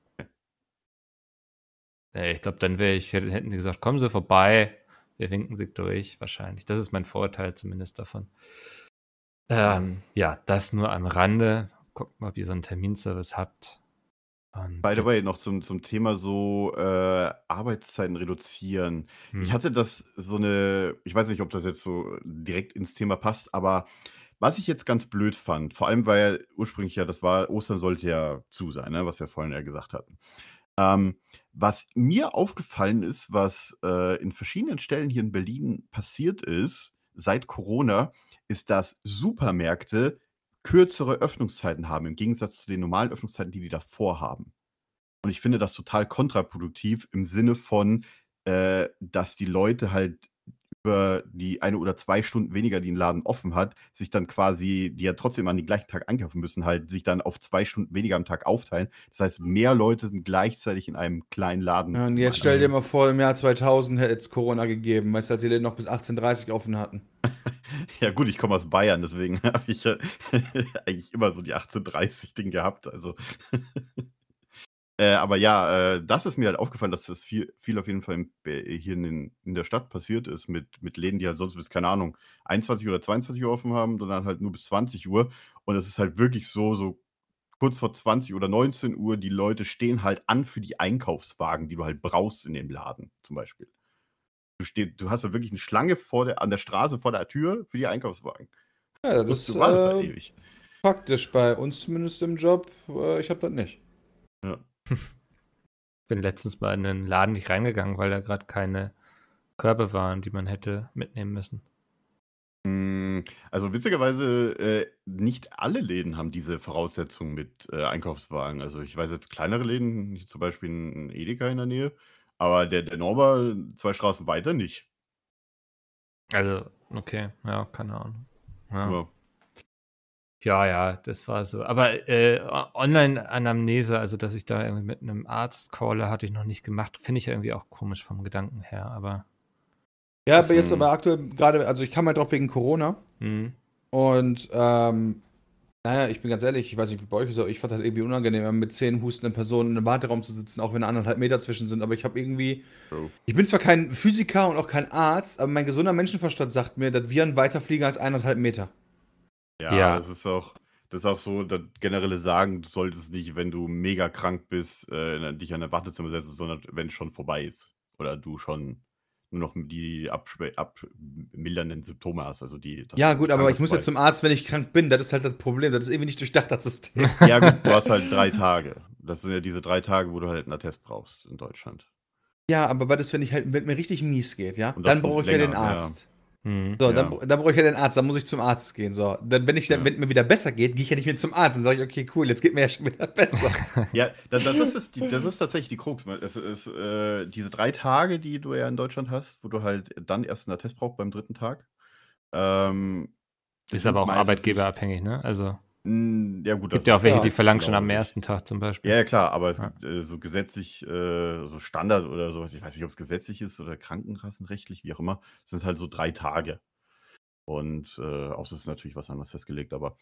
Nee, ich glaube, dann wäre ich, hätte- hätten die gesagt, kommen Sie vorbei, wir winken Sie durch, wahrscheinlich. Das ist mein Vorurteil zumindest davon. Ähm, ja, das nur am Rande. Guckt mal, ob ihr so einen Terminservice habt. Und By the way, jetzt- noch zum, zum Thema so äh, Arbeitszeiten reduzieren. Hm. Ich hatte das so eine, ich weiß nicht, ob das jetzt so direkt ins Thema passt, aber was ich jetzt ganz blöd fand, vor allem weil ursprünglich ja, das war, Ostern sollte ja zu sein, ne, was wir vorhin ja gesagt hatten. Ähm, was mir aufgefallen ist, was äh, in verschiedenen Stellen hier in Berlin passiert ist, seit Corona, ist, dass Supermärkte kürzere Öffnungszeiten haben, im Gegensatz zu den normalen Öffnungszeiten, die die davor haben. Und ich finde das total kontraproduktiv im Sinne von, äh, dass die Leute halt über die eine oder zwei Stunden weniger, die ein Laden offen hat, sich dann quasi, die ja trotzdem an den gleichen Tag einkaufen müssen, halt sich dann auf zwei Stunden weniger am Tag aufteilen. Das heißt, mehr Leute sind gleichzeitig in einem kleinen Laden. Ja, und jetzt stell dir mal vor, im Jahr zweitausend hätte es Corona gegeben, weißt du, als die Läden noch bis achtzehn Uhr dreißig offen hatten. Ja gut, ich komme aus Bayern, deswegen habe ich ja eigentlich immer so die achtzehn Uhr dreißig Ding gehabt. Also Äh, aber ja, äh, das ist mir halt aufgefallen, dass das viel, viel auf jeden Fall in, äh, hier in, den, in der Stadt passiert ist, mit, mit Läden, die halt sonst bis, keine Ahnung, einundzwanzig oder zweiundzwanzig Uhr offen haben, sondern halt nur bis zwanzig Uhr. Und es ist halt wirklich so, so kurz vor zwanzig oder neunzehn Uhr, die Leute stehen halt an für die Einkaufswagen, die du halt brauchst in dem Laden, zum Beispiel. Du, steh, du hast da wirklich eine Schlange vor der, an der Straße vor der Tür für die Einkaufswagen. Ja, das Du ist warst halt äh, ewig. praktisch bei uns zumindest im Job. Äh, ich habe das nicht. Ja. Bin letztens mal in einen Laden nicht reingegangen, weil da gerade keine Körbe waren, die man hätte mitnehmen müssen. Mm, Also witzigerweise, äh, nicht alle Läden haben diese Voraussetzung mit äh, Einkaufswagen. Also ich weiß jetzt kleinere Läden, wie zum Beispiel ein Edeka in der Nähe, aber der, der Norma zwei Straßen weiter nicht. Also, okay, ja, keine Ahnung. Ja. Ja. Ja, ja, das war so. Aber äh, Online-Anamnese, also dass ich da irgendwie mit einem Arzt calle, hatte ich noch nicht gemacht. Finde ich ja irgendwie auch komisch vom Gedanken her, aber. Ja, Das- aber jetzt aber aktuell gerade, also ich kam halt drauf wegen Corona Mh. und ähm, naja, ich bin ganz ehrlich, ich weiß nicht, wie bei euch ist, aber ich fand halt irgendwie unangenehm, mit zehn hustenden Personen in einem Warteraum zu sitzen, auch wenn anderthalb Meter zwischen sind, aber ich habe irgendwie, Oh. ich bin zwar kein Physiker und auch kein Arzt, aber mein gesunder Menschenverstand sagt mir, dass Viren weiter fliegen als eineinhalb Meter. Ja, Ja. das ist auch, das ist auch so, das generelle Sagen, du solltest nicht, wenn du mega krank bist, äh, in- dich an ein Wartezimmer setzen, sondern wenn es schon vorbei ist. Oder du schon nur noch die abschw- abmildernden Symptome hast. Also die, dass Ja du gut, aber krank ich muss ja bist. zum Arzt, wenn ich krank bin, das ist halt das Problem, das ist irgendwie nicht durchdacht, das System. Ja, gut, du hast halt drei Tage. Das sind ja diese drei Tage, wo du halt einen Attest brauchst in Deutschland. Ja, aber was ist, wenn ich halt, wenn mir richtig mies geht, ja? Und das Dann noch brauche ich ja länger, den Arzt. Hm. So, Ja. dann, dann brauche ich ja den Arzt, dann muss ich zum Arzt gehen. So, dann, wenn ich dann, Ja. wenn mir wieder besser geht, gehe ich ja nicht mehr zum Arzt. Dann sage ich, okay, cool, jetzt geht mir ja schon wieder besser. Ja, das, das, ist, es, die, das ist tatsächlich die Krux. Es ist, äh, diese drei Tage, die du ja in Deutschland hast, wo du halt dann erst einen Attest brauchst beim dritten Tag. Ähm, Ist sind aber auch meistens arbeitgeberabhängig, ne? Also, Nicht, Mh, ja, gut, gibt das ja auch ist welche, ja, die verlangen schon am glaub ich. ersten Tag zum Beispiel. Ja, ja, klar, aber es Ja. gibt äh, so gesetzlich, äh, so Standard oder sowas, ich weiß nicht, ob es gesetzlich ist oder krankenkassenrechtlich, wie auch immer, sind halt so drei Tage. Und äh, außer es ist natürlich was anderes festgelegt, aber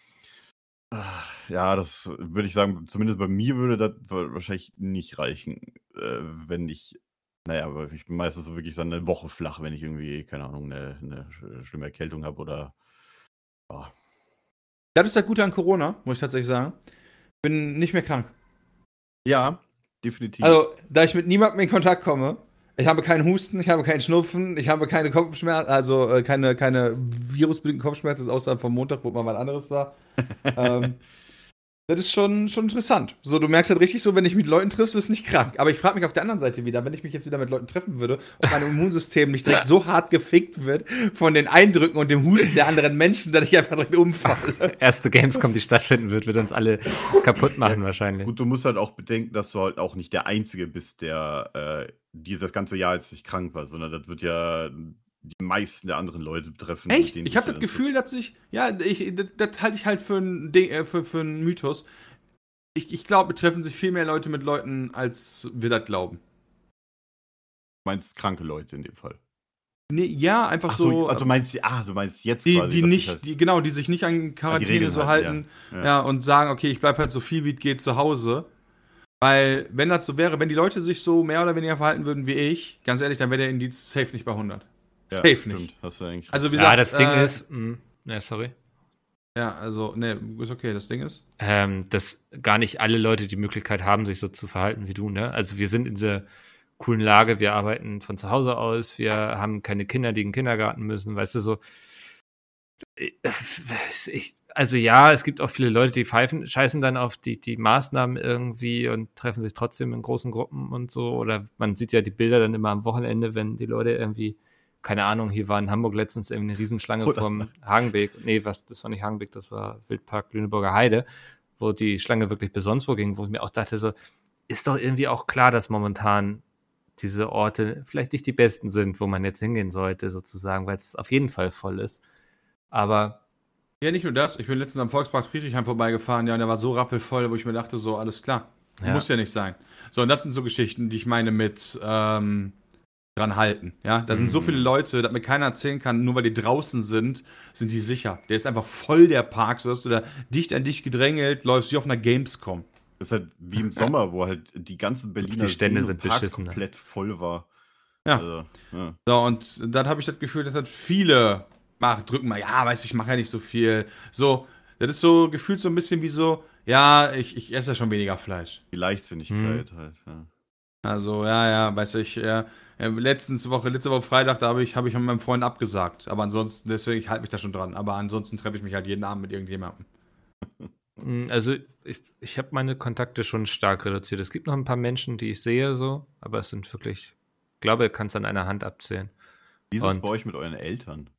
ah, ja, das würde ich sagen, zumindest bei mir würde das wa- wahrscheinlich nicht reichen, äh, wenn ich, naja, aber ich bin meistens so wirklich dann eine Woche flach, wenn ich irgendwie, keine Ahnung, eine, eine sch- schlimme Erkältung habe oder ja. Das ist das Gute an Corona, muss ich tatsächlich sagen. Ich bin nicht mehr krank. Ja, definitiv. Also, da ich mit niemandem in Kontakt komme, ich habe keinen Husten, ich habe keinen Schnupfen, ich habe keine Kopfschmerzen, also äh, keine, keine virusbedingten Kopfschmerzen, außer vom Montag, wo mal was anderes war. ähm, das ist schon, schon interessant. So, du merkst halt richtig so, wenn ich mit Leuten triffst, bist du nicht krank. Aber ich frage mich auf der anderen Seite wieder, wenn ich mich jetzt wieder mit Leuten treffen würde und mein Immunsystem nicht direkt so hart gefickt wird von den Eindrücken und dem Husten der anderen Menschen, dass ich einfach direkt umfalle. Erste Gamescom, die stattfinden wird, wird uns alle kaputt machen wahrscheinlich. Gut, du musst halt auch bedenken, dass du halt auch nicht der Einzige bist, der äh, die das ganze Jahr jetzt nicht krank war, sondern das wird ja die meisten der anderen Leute betreffen. mit Echt? denen Ich du habe das dann Gefühl, dass ich, ja, ich, das, das halte ich halt für einen äh, für, für einen Mythos. Ich, ich glaube, betreffen sich viel mehr Leute mit Leuten, als wir das glauben. Du meinst kranke Leute in dem Fall. Nee, ja, einfach Ach so, so. also du meinst, ah, du meinst jetzt die, quasi, die dass nicht, sich halt, die, genau, die sich nicht an Quarantäne Regeln so halten, halten, ja. ja. Ja. und sagen, okay, ich bleibe halt so viel wie es geht zu Hause. Weil, wenn das so wäre, wenn die Leute sich so mehr oder weniger verhalten würden wie ich, ganz ehrlich, dann wäre der Indiz safe nicht bei hundert. ja, Safe stimmt, nicht. hast du eigentlich Also, wie Ja, gesagt, das Ding äh, ist, mh, ja, sorry, Ja, also, ne, ist okay, das Ding ist. ähm, dass gar nicht alle Leute die Möglichkeit haben, sich so zu verhalten wie du, ne? Also wir sind in dieser coolen Lage, wir arbeiten von zu Hause aus, wir haben keine Kinder, die in den Kindergarten müssen, weißt du, so. Ich, also ja, es gibt auch viele Leute, die pfeifen, scheißen dann auf die, die Maßnahmen irgendwie und treffen sich trotzdem in großen Gruppen und so. Oder man sieht ja die Bilder dann immer am Wochenende, wenn die Leute irgendwie, keine Ahnung, hier war in Hamburg letztens irgendwie eine Riesenschlange Oder- vom Hagenbeek. Nee, was, das war nicht Hagenbeek, das war Wildpark Lüneburger Heide, wo die Schlange wirklich bis sonst wo ging, wo ich mir auch dachte, so, ist doch irgendwie auch klar, dass momentan diese Orte vielleicht nicht die besten sind, wo man jetzt hingehen sollte, sozusagen, weil es auf jeden Fall voll ist. Aber Ja, nicht nur das. Ich bin letztens am Volkspark Friedrichshain vorbeigefahren, ja, und der war so rappelvoll, wo ich mir dachte, so, alles klar. Ja. Muss ja nicht sein. So, und das sind so Geschichten, die ich meine mit ähm, dran halten. Ja, da sind so viele Leute, dass mir keiner erzählen kann, nur weil die draußen sind, sind die sicher. Der ist einfach voll, der Park, so dass du da dicht an dich gedrängelt läufst, wie auf einer Gamescom. Das ist halt wie im Sommer, wo halt die ganzen Berliner Die Stände Seen und sind Parks beschissen, ne? komplett voll war. Ja. Also, ja. So, und dann habe ich das Gefühl, dass das viele mach, drücken mal, ja, weiß ich, mache ja nicht so viel. So, das ist so gefühlt so ein bisschen wie so, ja, ich, ich esse ja schon weniger Fleisch. Die Leichtsinnigkeit halt, ja. Also, ja, ja, weiß ich, ja, letztens Woche, letzte Woche Freitag, da habe ich, hab ich mit meinem Freund abgesagt. Aber ansonsten, deswegen, ich halte mich da schon dran. Aber ansonsten treffe ich mich halt jeden Abend mit irgendjemandem. Also ich, ich habe meine Kontakte schon stark reduziert. Es gibt noch ein paar Menschen, die ich sehe so, aber es sind wirklich, ich glaube, ich kann es an einer Hand abzählen. Wie ist es Und- bei euch mit euren Eltern?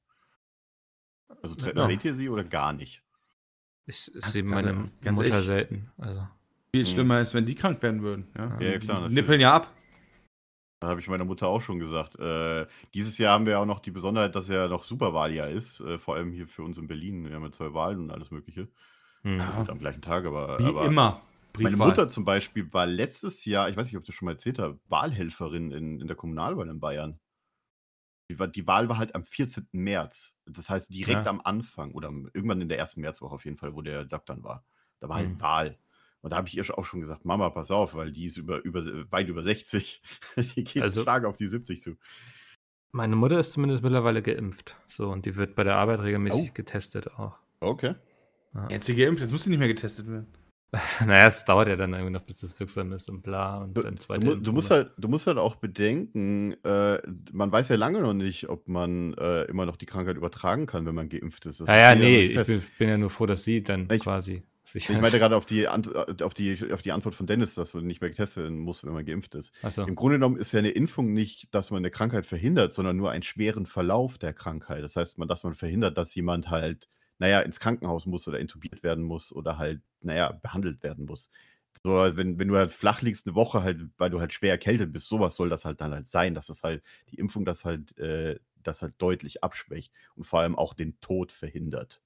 Also tre- Ja. seht ihr sie oder gar nicht? Ich, ich Ach, sehe ganz meine ehrlich. Mutter selten. Also. Viel Mhm. schlimmer ist, wenn die krank werden würden. Ja, Ja, Die klar, natürlich. nippeln ja ab. Da habe ich meiner Mutter auch schon gesagt. Äh, dieses Jahr haben wir ja auch noch die Besonderheit, dass ja noch Superwahljahr ist. Äh, vor allem hier für uns in Berlin. Wir haben ja zwei Wahlen und alles Mögliche. Hm. Ja. Und am gleichen Tag, aber. Wie aber immer. Meine Briefwahl. Mutter zum Beispiel war letztes Jahr, ich weiß nicht, ob ich das schon mal erzählt habe, Wahlhelferin in, in der Kommunalwahl in Bayern. Die, war, die Wahl war halt am vierzehnten März. Das heißt, direkt Ja. am Anfang oder am- irgendwann in der ersten Märzwoche auf jeden Fall, wo der Lockdown war. Da war halt Mhm. Wahl. Und da habe ich ihr auch schon gesagt, Mama, pass auf, weil die ist über, über, weit über sechzig. Die geht Also- stark auf die siebzig zu. Meine Mutter ist zumindest mittlerweile geimpft. So, und die wird bei der Arbeit regelmäßig Oh. getestet auch. Okay. Jetzt sie geimpft, jetzt muss die nicht mehr getestet werden. Naja, es dauert ja dann irgendwie noch, bis es wirksam ist und bla. Und Du, dann du, zweite mu- du, Impfung. musst halt, du musst halt auch bedenken, äh, man weiß ja lange noch nicht, ob man äh, immer noch die Krankheit übertragen kann, wenn man geimpft ist. Das Ja, ja, steht nee, noch nicht ich fest. bin, bin ja nur froh, dass sie dann Ich- quasi sicher Ich meinte gerade auf die, Ant auf, die, auf die Antwort von Dennis, dass man nicht mehr getestet werden muss, wenn man geimpft ist. Achso. Im Grunde genommen ist ja eine Impfung nicht, dass man eine Krankheit verhindert, sondern nur einen schweren Verlauf der Krankheit. Das heißt, man, dass man verhindert, dass jemand halt, naja, ins Krankenhaus muss oder intubiert werden muss oder halt, naja, behandelt werden muss. So, wenn, wenn du halt flach liegst eine Woche halt, weil du halt schwer erkältet bist, sowas soll das halt dann halt sein, dass das halt, die Impfung das halt, äh, das halt deutlich abschwächt und vor allem auch den Tod verhindert.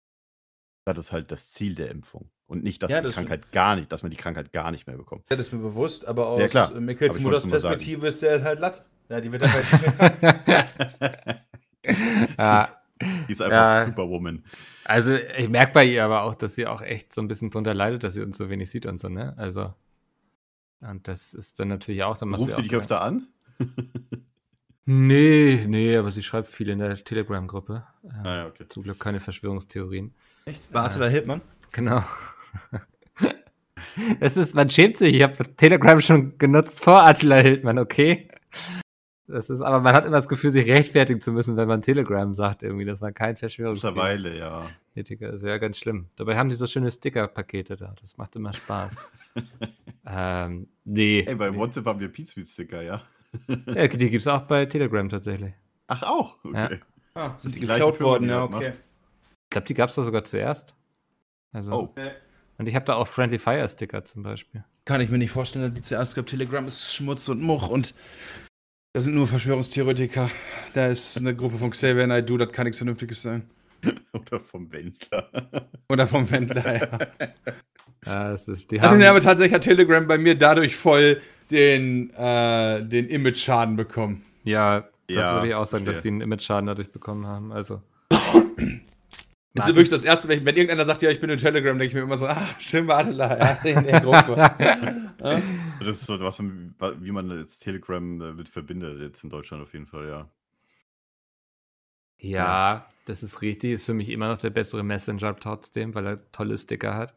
Das ist halt das Ziel der Impfung. Und nicht, dass Ja, die das- Krankheit gar nicht, dass man die Krankheit gar nicht mehr bekommt. Ja, das ist mir bewusst, aber aus Ja, klar. äh, Mickels Aber ich Mutters wollt's nur mal sagen. Perspektive ist der halt Latt. Ja, die wird halt nicht mehr krank. Ja, Die ist einfach Ja. Superwoman. also ich merke bei ihr aber auch, dass sie auch echt so ein bisschen drunter leidet, dass sie uns so wenig sieht und so, ne? Also, und das ist dann natürlich auch so. Ruft sie dich öfter an? Nee, nee, aber sie schreibt viel in der Telegram-Gruppe. Ähm, Ah, ja, okay. Zum Glück keine Verschwörungstheorien. Bei Attila Hildmann? Genau. Es ist, man schämt sich. Ich habe Telegram schon genutzt vor Attila Hildmann, okay? Das ist, aber man hat immer das Gefühl, sich rechtfertigen zu müssen, wenn man Telegram sagt, irgendwie, dass man kein Verschwörungstheoretiker Mittlerweile, ja. ist. Ja, ganz schlimm. Dabei haben die so schöne Sticker-Pakete da. Das macht immer Spaß. ähm, nee. Ey, bei nee. WhatsApp haben wir Pizza-Sticker, ja. Ja, die gibt's auch bei Telegram tatsächlich. Ach, auch? Okay. Ah, sind die die gleiche geklaut Firma, worden, die ja, das okay. Ich glaube, die gab's da sogar zuerst. Also, Oh. und ich habe da auch Friendly Fire Sticker zum Beispiel. Kann ich mir nicht vorstellen, dass die zuerst gab. Telegram ist Schmutz und Much und da sind nur Verschwörungstheoretiker. Da ist eine Gruppe von Xavier Naidoo, das kann nichts Vernünftiges sein. Oder vom Wendler. Oder vom Wendler, ja. Ja, es ist, die Also, haben, nee, aber tatsächlich hat Telegram bei mir dadurch voll den, äh, den Image-Schaden bekommen. ja, das Ja, würde ich auch sagen, verstehe. dass die einen Image-Schaden dadurch bekommen haben. Also, Das ist wirklich das Erste, wenn, wenn irgendeiner sagt, ja, ich bin in Telegram, denke ich mir immer so, ah, schön war Attila, ja, in der Gruppe. Das ist so, was, wie man jetzt Telegram damit verbindet, jetzt in Deutschland auf jeden Fall, ja. ja, das ist richtig. Ist für mich immer noch der bessere Messenger trotzdem, weil er tolle Sticker hat.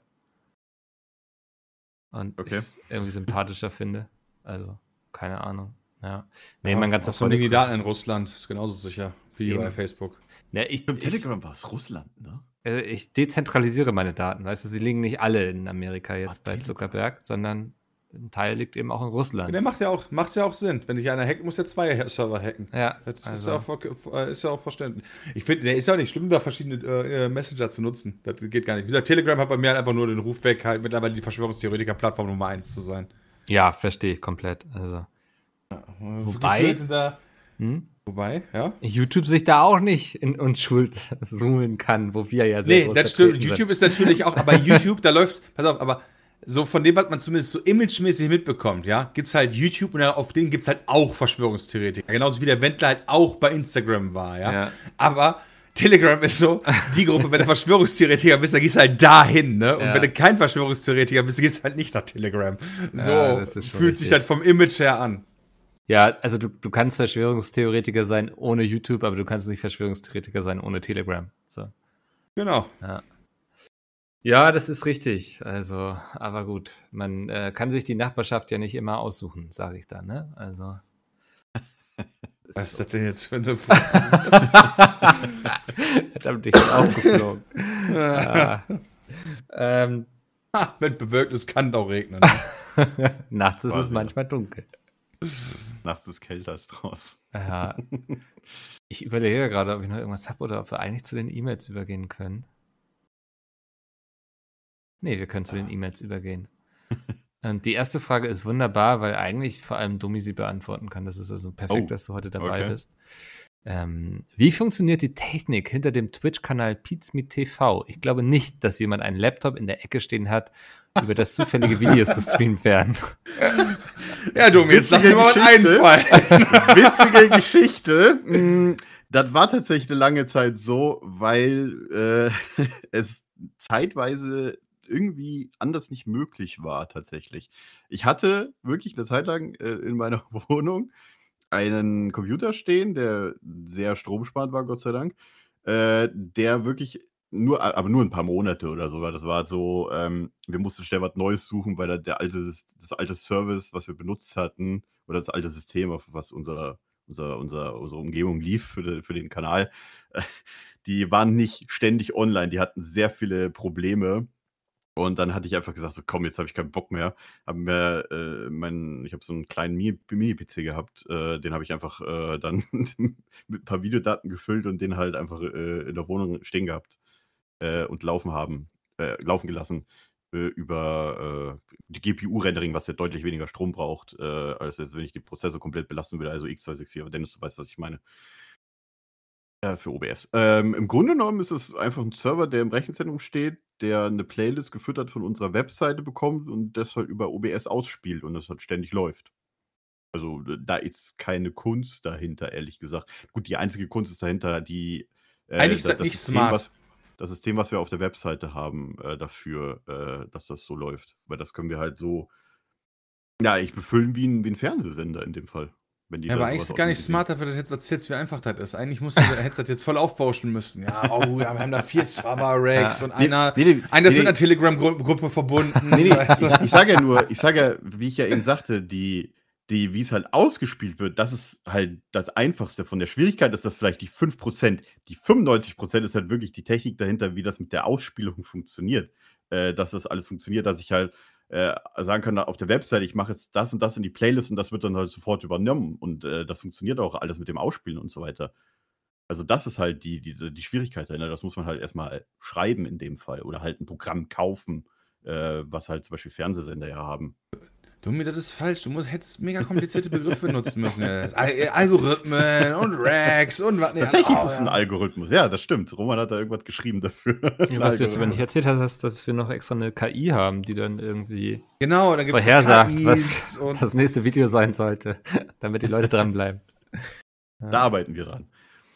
Und Okay. ich irgendwie sympathischer finde. Also, keine Ahnung. Ja. Nee, Ja, mein ganzer von den Freundes- Daten in Russland ist genauso sicher wie Eben. bei Facebook. Ja, ich, Im ich, Telegram war es Russland, ne? äh, ich dezentralisiere meine Daten, weißt du, sie liegen nicht alle in Amerika jetzt Ah, bei Telegram. Zuckerberg, sondern ein Teil liegt eben auch in Russland. Der macht ja auch, macht ja auch Sinn. Wenn dich einer hackt, muss er zwei Server hacken. ja, Das ist, also, ja auch, ver- äh, ist ja auch verständlich. Ich finde, der ist ja auch nicht schlimm, da verschiedene äh, Messenger zu nutzen. Das geht gar nicht. Wie gesagt, Telegram hat bei mir halt einfach nur den Ruf weg, halt mittlerweile die Verschwörungstheoretiker-Plattform Nummer eins zu sein. ja, verstehe ich komplett. Also, Wobei- Gefühlt sind da, Hm? wobei, ja. YouTube sich da auch nicht in Unschuld zoomen kann, wo wir ja sehr Nee, groß das stimmt. vertreten YouTube ist natürlich auch, aber YouTube, da läuft, pass auf, aber so von dem, was man zumindest so imagemäßig mitbekommt, ja, gibt's halt YouTube und auf denen gibt's halt auch Verschwörungstheoretiker. Genauso wie der Wendler halt auch bei Instagram war, ja. Ja. Aber Telegram ist so die Gruppe, wenn du Verschwörungstheoretiker bist, dann gehst du halt dahin, ne? Und Ja. wenn du kein Verschwörungstheoretiker bist, gehst du halt nicht nach Telegram. So Ja, das ist schon fühlt sich richtig. halt vom Image her an. Ja, also du, du kannst Verschwörungstheoretiker sein ohne YouTube, aber du kannst nicht Verschwörungstheoretiker sein ohne Telegram. So. Genau. Ja, das ist richtig. Also, aber gut, man äh, kann sich die Nachbarschaft ja nicht immer aussuchen, sage ich dann, ne? Also. das Was ist ist so. das denn jetzt für eine Verdammt, ich bin aufgeflogen. ja. ähm, Ha, wenn bewölkt ist, kann es auch regnen. Ne? nachts ist es Quasi, manchmal dunkel. Nachts ist kälter als draußen. Ja. Ich überlege gerade, ob ich noch irgendwas habe oder ob wir eigentlich zu den E-Mails übergehen können. Nee, wir können zu den E-Mails übergehen. Und die erste Frage ist wunderbar, weil eigentlich vor allem Dummi sie beantworten kann. Das ist also perfekt, Oh, dass du heute dabei okay. bist. Ähm, wie funktioniert die Technik hinter dem Twitch-Kanal Pizmeet T V? Ich glaube nicht, dass jemand einen Laptop in der Ecke stehen hat, über das zufällige Videos gestreamt werden. Ja, Domi, jetzt lass Witzige dir mal was Geschichte. einfallen. Witzige Geschichte. Mm, Das war tatsächlich eine lange Zeit so, weil äh, es zeitweise irgendwie anders nicht möglich war, tatsächlich. Ich hatte wirklich eine Zeit lang äh, in meiner Wohnung einen Computer stehen, der sehr stromsparend war, Gott sei Dank, äh, der wirklich nur, aber nur ein paar Monate oder so, weil das war so, ähm, wir mussten schnell was Neues suchen, weil da der alte, Sys- das alte Service, was wir benutzt hatten, oder das alte System, auf was unser, unser, unser, unsere Umgebung lief für, de, für den Kanal, äh, die waren nicht ständig online, die hatten sehr viele Probleme. Und dann hatte ich einfach gesagt, so komm, jetzt habe ich keinen Bock mehr. Hab mir, äh, mein, ich habe so einen kleinen Mi- Mini-P C gehabt, äh, den habe ich einfach äh, dann mit ein paar Videodaten gefüllt und den halt einfach äh, in der Wohnung stehen gehabt äh, und laufen haben, äh, laufen gelassen äh, über äh, die G P U-Rendering, was ja deutlich weniger Strom braucht, äh, als jetzt, wenn ich den Prozessor komplett belasten würde, also x zwei sechs vier, aber Dennis, du weißt, was ich meine. Äh, für O B S. Ähm, Im Grunde genommen ist es einfach ein Server, der im Rechenzentrum steht, der eine Playlist gefüttert von unserer Webseite bekommt und das halt über O B S ausspielt und das halt ständig läuft. Also äh, da ist keine Kunst dahinter, ehrlich gesagt. Gut, die einzige Kunst ist dahinter, die äh, Eigentlich ist da- das nicht System, smart. Was, das System, was wir auf der Webseite haben, äh, dafür, äh, dass das so läuft. Weil das können wir halt so, ja, ich befüllen wie ein, wie ein Fernsehsender in dem Fall. Wenn die Ja, da aber eigentlich sowas ist es gar nicht automatisieren. smart dafür, dass jetzt erzählst, wie einfach das ist. Eigentlich musst du hättest das jetzt voll aufbauschen müssen. Ja, oh, ja, wir haben da vier Server-Racks Ja. und Nee, einer, nee, nee, einer ist nee, mit einer Telegram-Gruppe verbunden. Nee, nee, weißt du? ich, ich sage ja nur, ich sage ja, wie ich ja eben sagte, die, die, wie es halt ausgespielt wird, das ist halt das Einfachste. Von der Schwierigkeit ist das vielleicht die fünf Prozent. Die fünfundneunzig Prozent ist halt wirklich die Technik dahinter, wie das mit der Ausspielung funktioniert. Äh, dass das alles funktioniert, dass ich halt äh, sagen kann, auf der Website, ich mache jetzt das und das in die Playlist und das wird dann halt sofort übernommen. Und äh, das funktioniert auch alles mit dem Ausspielen und so weiter. Also das ist halt die, die, die Schwierigkeit dahinter. Das muss man halt erstmal schreiben in dem Fall oder halt ein Programm kaufen, äh, was halt zum Beispiel Fernsehsender ja haben. Dummi, das ist falsch. Du musst, hättest mega komplizierte Begriffe nutzen müssen. Ja. Al- Algorithmen und Racks und was. Tatsächlich oh, ist es ein ja. Algorithmus. Ja, das stimmt. Roman hat da irgendwas geschrieben dafür. Ja, was du jetzt aber nicht erzählt hast, dass dass wir noch extra eine K I haben, die dann irgendwie Genau, da gibt es vorhersagt, was und das nächste Video sein sollte, damit die Leute dranbleiben. Da arbeiten wir dran.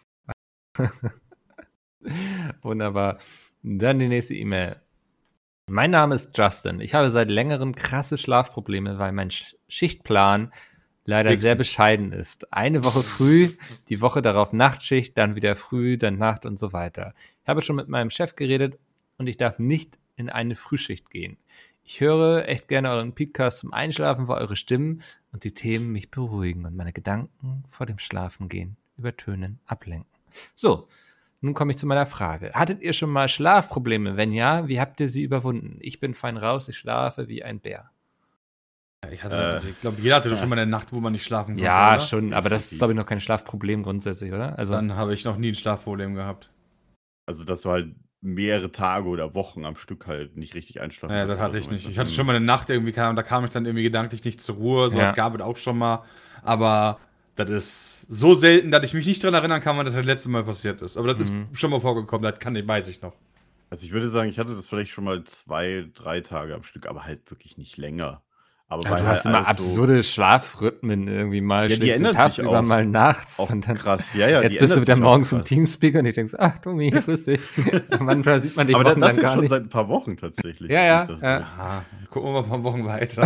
Wunderbar. Dann die nächste E-Mail. Mein Name ist Justin. Ich habe seit längerem krasse Schlafprobleme, weil mein Sch- Schichtplan leider Wichsen. sehr bescheiden ist. Eine Woche früh, die Woche darauf Nachtschicht, dann wieder früh, dann Nacht und so weiter. Ich habe schon mit meinem Chef geredet und ich darf nicht in eine Frühschicht gehen. Ich höre echt gerne euren Podcast zum Einschlafen, weil eure Stimmen und die Themen mich beruhigen und meine Gedanken vor dem Schlafengehen übertönen, ablenken. So, nun komme ich zu meiner Frage. Hattet ihr schon mal Schlafprobleme? Wenn ja, wie habt ihr sie überwunden? Ich bin fein raus, ich schlafe wie ein Bär. ich, hatte, also ich glaube, jeder hatte doch schon mal eine Nacht, wo man nicht schlafen konnte. Ja, oder? schon, aber das ist, glaube ich, noch kein Schlafproblem grundsätzlich, oder? Also, Dann habe ich noch nie ein Schlafproblem gehabt. Also, dass du halt mehrere Tage oder Wochen am Stück halt nicht richtig einschlafen. Ja, das kannst hatte oder ich so. nicht. Ich hatte schon mal eine Nacht irgendwie, kam, da kam ich dann irgendwie gedanklich nicht zur Ruhe. So Ja. das gab es auch schon mal. Aber das ist so selten, dass ich mich nicht dran erinnern kann, wann das das letzte Mal passiert ist. Aber das Mhm. ist schon mal vorgekommen, das kann ich, weiß ich noch. Also ich würde sagen, ich hatte das vielleicht schon mal zwei, drei Tage am Stück, aber halt wirklich nicht länger. Aber Ja, weil du halt hast immer alles so- absurde Schlafrhythmen irgendwie. Mal Ja, die schläfst du ändern sich tagsüber, auch. mal nachts. Auch Und dann, krass. Ja, ja, jetzt die bist du ändern wieder sich auch morgens im krass. Teamspeaker und ich denkst, ach, Tommy, grüß dich. Manchmal sieht man dich Aber das, wochenlang das ist gar schon nicht. seit ein paar Wochen tatsächlich. Ja, ja, dass ich das ja. durch- Aha, gucken wir mal ein paar Wochen weiter.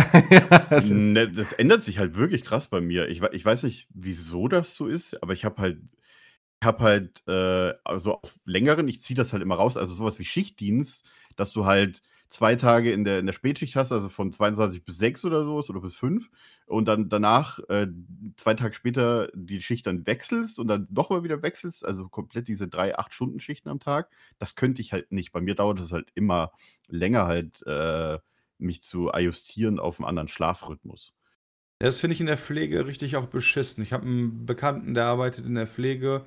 Ne, das ändert sich halt wirklich krass bei mir. Ich, we- ich weiß nicht, wieso das so ist, aber ich habe halt, ich habe halt, äh, also auf längeren, ich ziehe das halt immer raus, also sowas wie Schichtdienst, dass du halt zwei Tage in der, in der Spätschicht hast, also von zweiundzwanzig bis sechs oder so oder bis fünf und dann danach äh, zwei Tage später die Schicht dann wechselst und dann nochmal wieder wechselst, also komplett diese drei acht-Stunden-Schichten am Tag, das könnte ich halt nicht. Bei mir dauert es halt immer länger halt, äh, mich zu ajustieren auf einen anderen Schlafrhythmus. Das finde ich in der Pflege richtig auch beschissen. Ich habe einen Bekannten, der arbeitet in der Pflege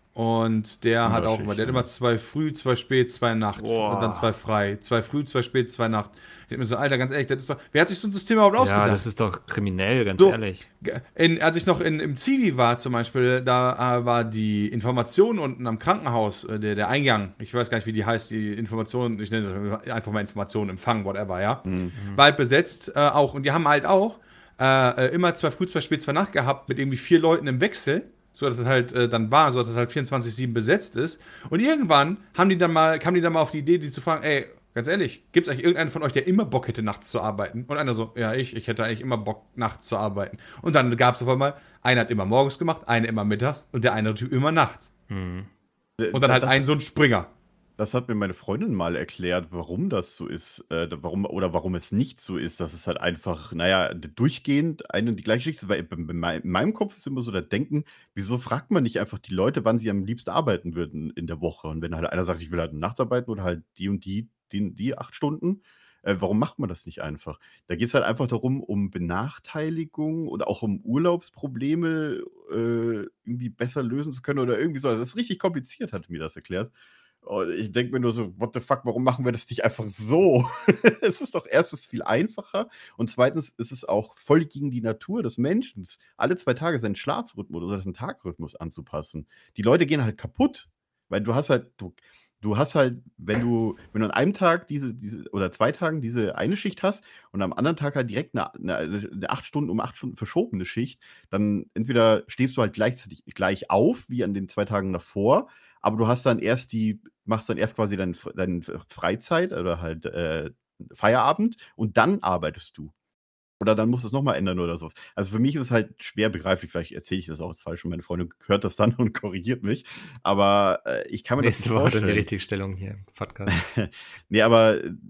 und der hat auch immer, der hat immer zwei früh, zwei spät, zwei Nacht Boah. und dann zwei frei. Zwei früh, zwei spät, zwei Nacht. Ich denke mir so, Alter, ganz ehrlich, das ist doch, wer hat sich so ein System überhaupt Ja, ausgedacht? das ist doch kriminell, ganz So. ehrlich. In, als ich noch in, im Zivi war zum Beispiel, da äh, war die Information unten am Krankenhaus, äh, der, der Eingang, ich weiß gar nicht, wie die heißt, die Information, ich nenne das einfach mal Information, Empfang, whatever, ja, war halt besetzt äh, auch. Und die haben halt auch äh, äh, immer zwei früh, zwei spät, zwei Nacht gehabt mit irgendwie vier Leuten im Wechsel, so dass das halt äh, dann war, so dass das halt vierundzwanzig sieben besetzt ist. Und irgendwann haben die dann mal, kamen die dann mal auf die Idee, die zu fragen, ey, ganz ehrlich, gibt es eigentlich irgendeinen von euch, der immer Bock hätte, nachts zu arbeiten? Und einer so, ja, ich, ich hätte eigentlich immer Bock, nachts zu arbeiten. Und dann gab es auf einmal, einer hat immer morgens gemacht, einer immer mittags und der andere Typ immer nachts. Hm. Und dann halt das, ein so ein Springer. Das hat mir meine Freundin mal erklärt, warum das so ist, äh, warum oder warum es nicht so ist, dass es halt einfach, naja, durchgehend eine und die gleiche Geschichte ist, weil in mei- in meinem Kopf ist immer so das Denken, wieso fragt man nicht einfach die Leute, wann sie am liebsten arbeiten würden in der Woche? Und wenn halt einer sagt, ich will halt nachts arbeiten oder halt die und die, die, die acht Stunden, äh, warum macht man das nicht einfach? Da geht es halt einfach darum, um Benachteiligung oder auch um Urlaubsprobleme äh, irgendwie besser lösen zu können oder irgendwie so. Also das ist richtig kompliziert, hat mir das erklärt. Und ich denke mir nur so, what the fuck, warum machen wir das nicht einfach so? Es ist doch erstens viel einfacher und zweitens ist es auch voll gegen die Natur des Menschen, alle zwei Tage seinen Schlafrhythmus oder seinen Tagrhythmus anzupassen. Die Leute gehen halt kaputt, weil du hast halt, du, du hast halt, wenn du, wenn du an einem Tag diese, diese oder zwei Tagen diese eine Schicht hast und am anderen Tag halt direkt eine, eine, eine acht Stunden um acht Stunden verschobene Schicht, dann entweder stehst du halt gleichzeitig gleich auf wie an den zwei Tagen davor, aber du hast dann erst die, machst dann erst quasi deine dein Freizeit oder halt äh, Feierabend und dann arbeitest du. Oder dann musst du es nochmal ändern oder sowas. Also für mich ist es halt schwer begreiflich, vielleicht erzähle ich das auch jetzt falsch und meine Freundin hört das dann und korrigiert mich. Aber äh, ich kann mir Nächste das nicht Woche dann vorstellen. die Richtigstellung hier im Podcast. Nee, aber äh,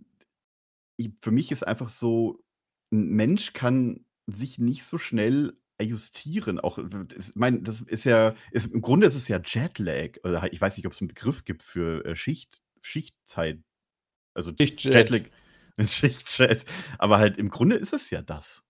ich, für mich ist einfach so, ein Mensch kann sich nicht so schnell ajustieren. Auch, ich meine, das ist ja, ist, im Grunde ist es ja Jetlag. Oder ich weiß nicht, ob es einen Begriff gibt für äh, Schicht, Schichtzeit. Also Schichtjet. Jetlag. Schichtjet. Aber halt im Grunde ist es ja das.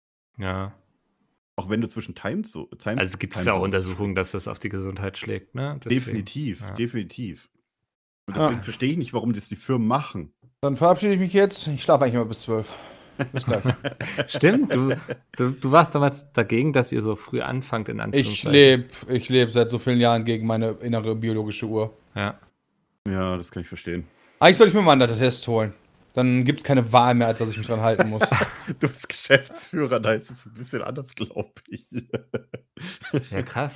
Ja. Auch wenn du zwischen Time so. Time, Also gibt es Time ja auch Zones- Untersuchungen, dass das auf die Gesundheit schlägt, ne? Deswegen- Definitiv, ja. definitiv. Und deswegen Ah. verstehe ich nicht, warum das die Firmen machen. Dann verabschiede ich mich jetzt. Ich schlafe eigentlich immer bis zwölf. Bis gleich. Stimmt, du, du, du warst damals dagegen, dass ihr so früh anfangt, in ich Anführungszeichen. lebe ich leb seit so vielen Jahren gegen meine innere biologische Uhr. Ja. Ja, das kann ich verstehen. Eigentlich sollte ich mir mal einen Test holen. Dann gibt es keine Wahl mehr, als dass ich mich dran halten muss. Du bist Geschäftsführer, da ist es ein bisschen anders, glaube ich. Ja, krass.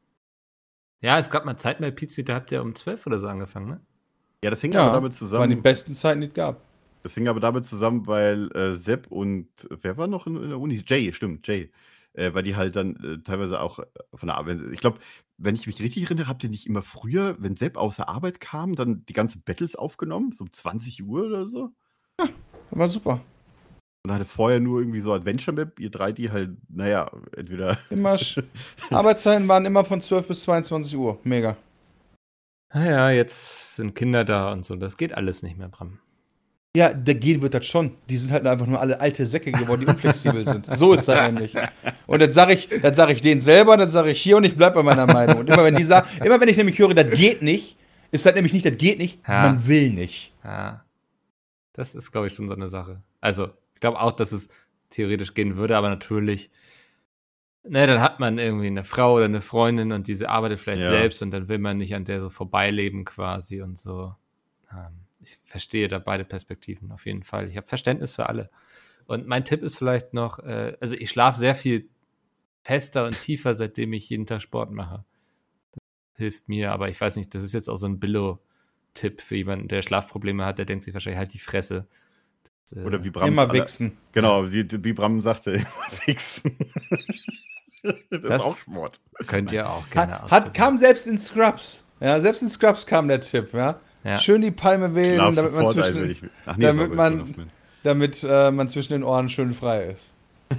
Ja, es gab mal Zeit bei Pizmeet, da habt ihr um zwölf oder so angefangen, ne? Ja, das hing Ja, aber damit waren die zusammen. besten Zeiten, die es gab. Das hing aber damit zusammen, weil äh, Sepp und wer war noch in, in der Uni? Jay, stimmt, Jay. Äh, weil die halt dann äh, teilweise auch äh, von der Arbeit. Ich glaube, wenn ich mich richtig erinnere, habt ihr nicht immer früher, wenn Sepp aus der Arbeit kam, dann die ganzen Battles aufgenommen, so um zwanzig Uhr oder so? War super. Und hatte vorher nur irgendwie so Adventure Map, ihr drei, die halt, naja, entweder. Immer sch- Arbeitszeiten waren immer von zwölf bis zweiundzwanzig Uhr. Mega. Naja, jetzt sind Kinder da und so. Das geht alles nicht mehr, Bram. Ja, der gehen wird das schon. Die sind halt einfach nur alle alte Säcke geworden, die unflexibel sind. So ist das nämlich. Und dann sage ich, dann sage ich denen selber, dann sage ich hier und ich bleibe bei meiner Meinung. Und immer wenn die sagen, immer wenn ich nämlich höre, das geht nicht, ist halt nämlich nicht, das geht nicht, Ja. man will nicht. Ja. Das ist, glaube ich, schon so eine Sache. Also, ich glaube auch, dass es theoretisch gehen würde, aber natürlich, ne, dann hat man irgendwie eine Frau oder eine Freundin und diese arbeitet vielleicht Ja. selbst und dann will man nicht an der so vorbeileben quasi und so. Ähm, ich verstehe da beide Perspektiven auf jeden Fall. Ich habe Verständnis für alle. Und mein Tipp ist vielleicht noch, äh, also ich schlafe sehr viel fester und tiefer, seitdem ich jeden Tag Sport mache. Das hilft mir, aber ich weiß nicht, das ist jetzt auch so ein Billo-Tipp für jemanden, der Schlafprobleme hat, der denkt sich wahrscheinlich halt die Fresse. Das, äh, Oder wie Bram Immer wichsen. Genau, wie, wie Bram sagte, immer wichsen. das, Das- ist auch Sport. Könnt ihr auch gerne Hat, hat, ausprobieren. kam selbst in Scrubs. Ja, selbst in Scrubs kam der Tipp, ja. Ja. Schön die Palme wählen, Schlaf damit man, sofort ein, zwischen, wenn ich will. Ach nee, damit das war man- bei Jonathan. damit äh, man zwischen den Ohren schön frei ist.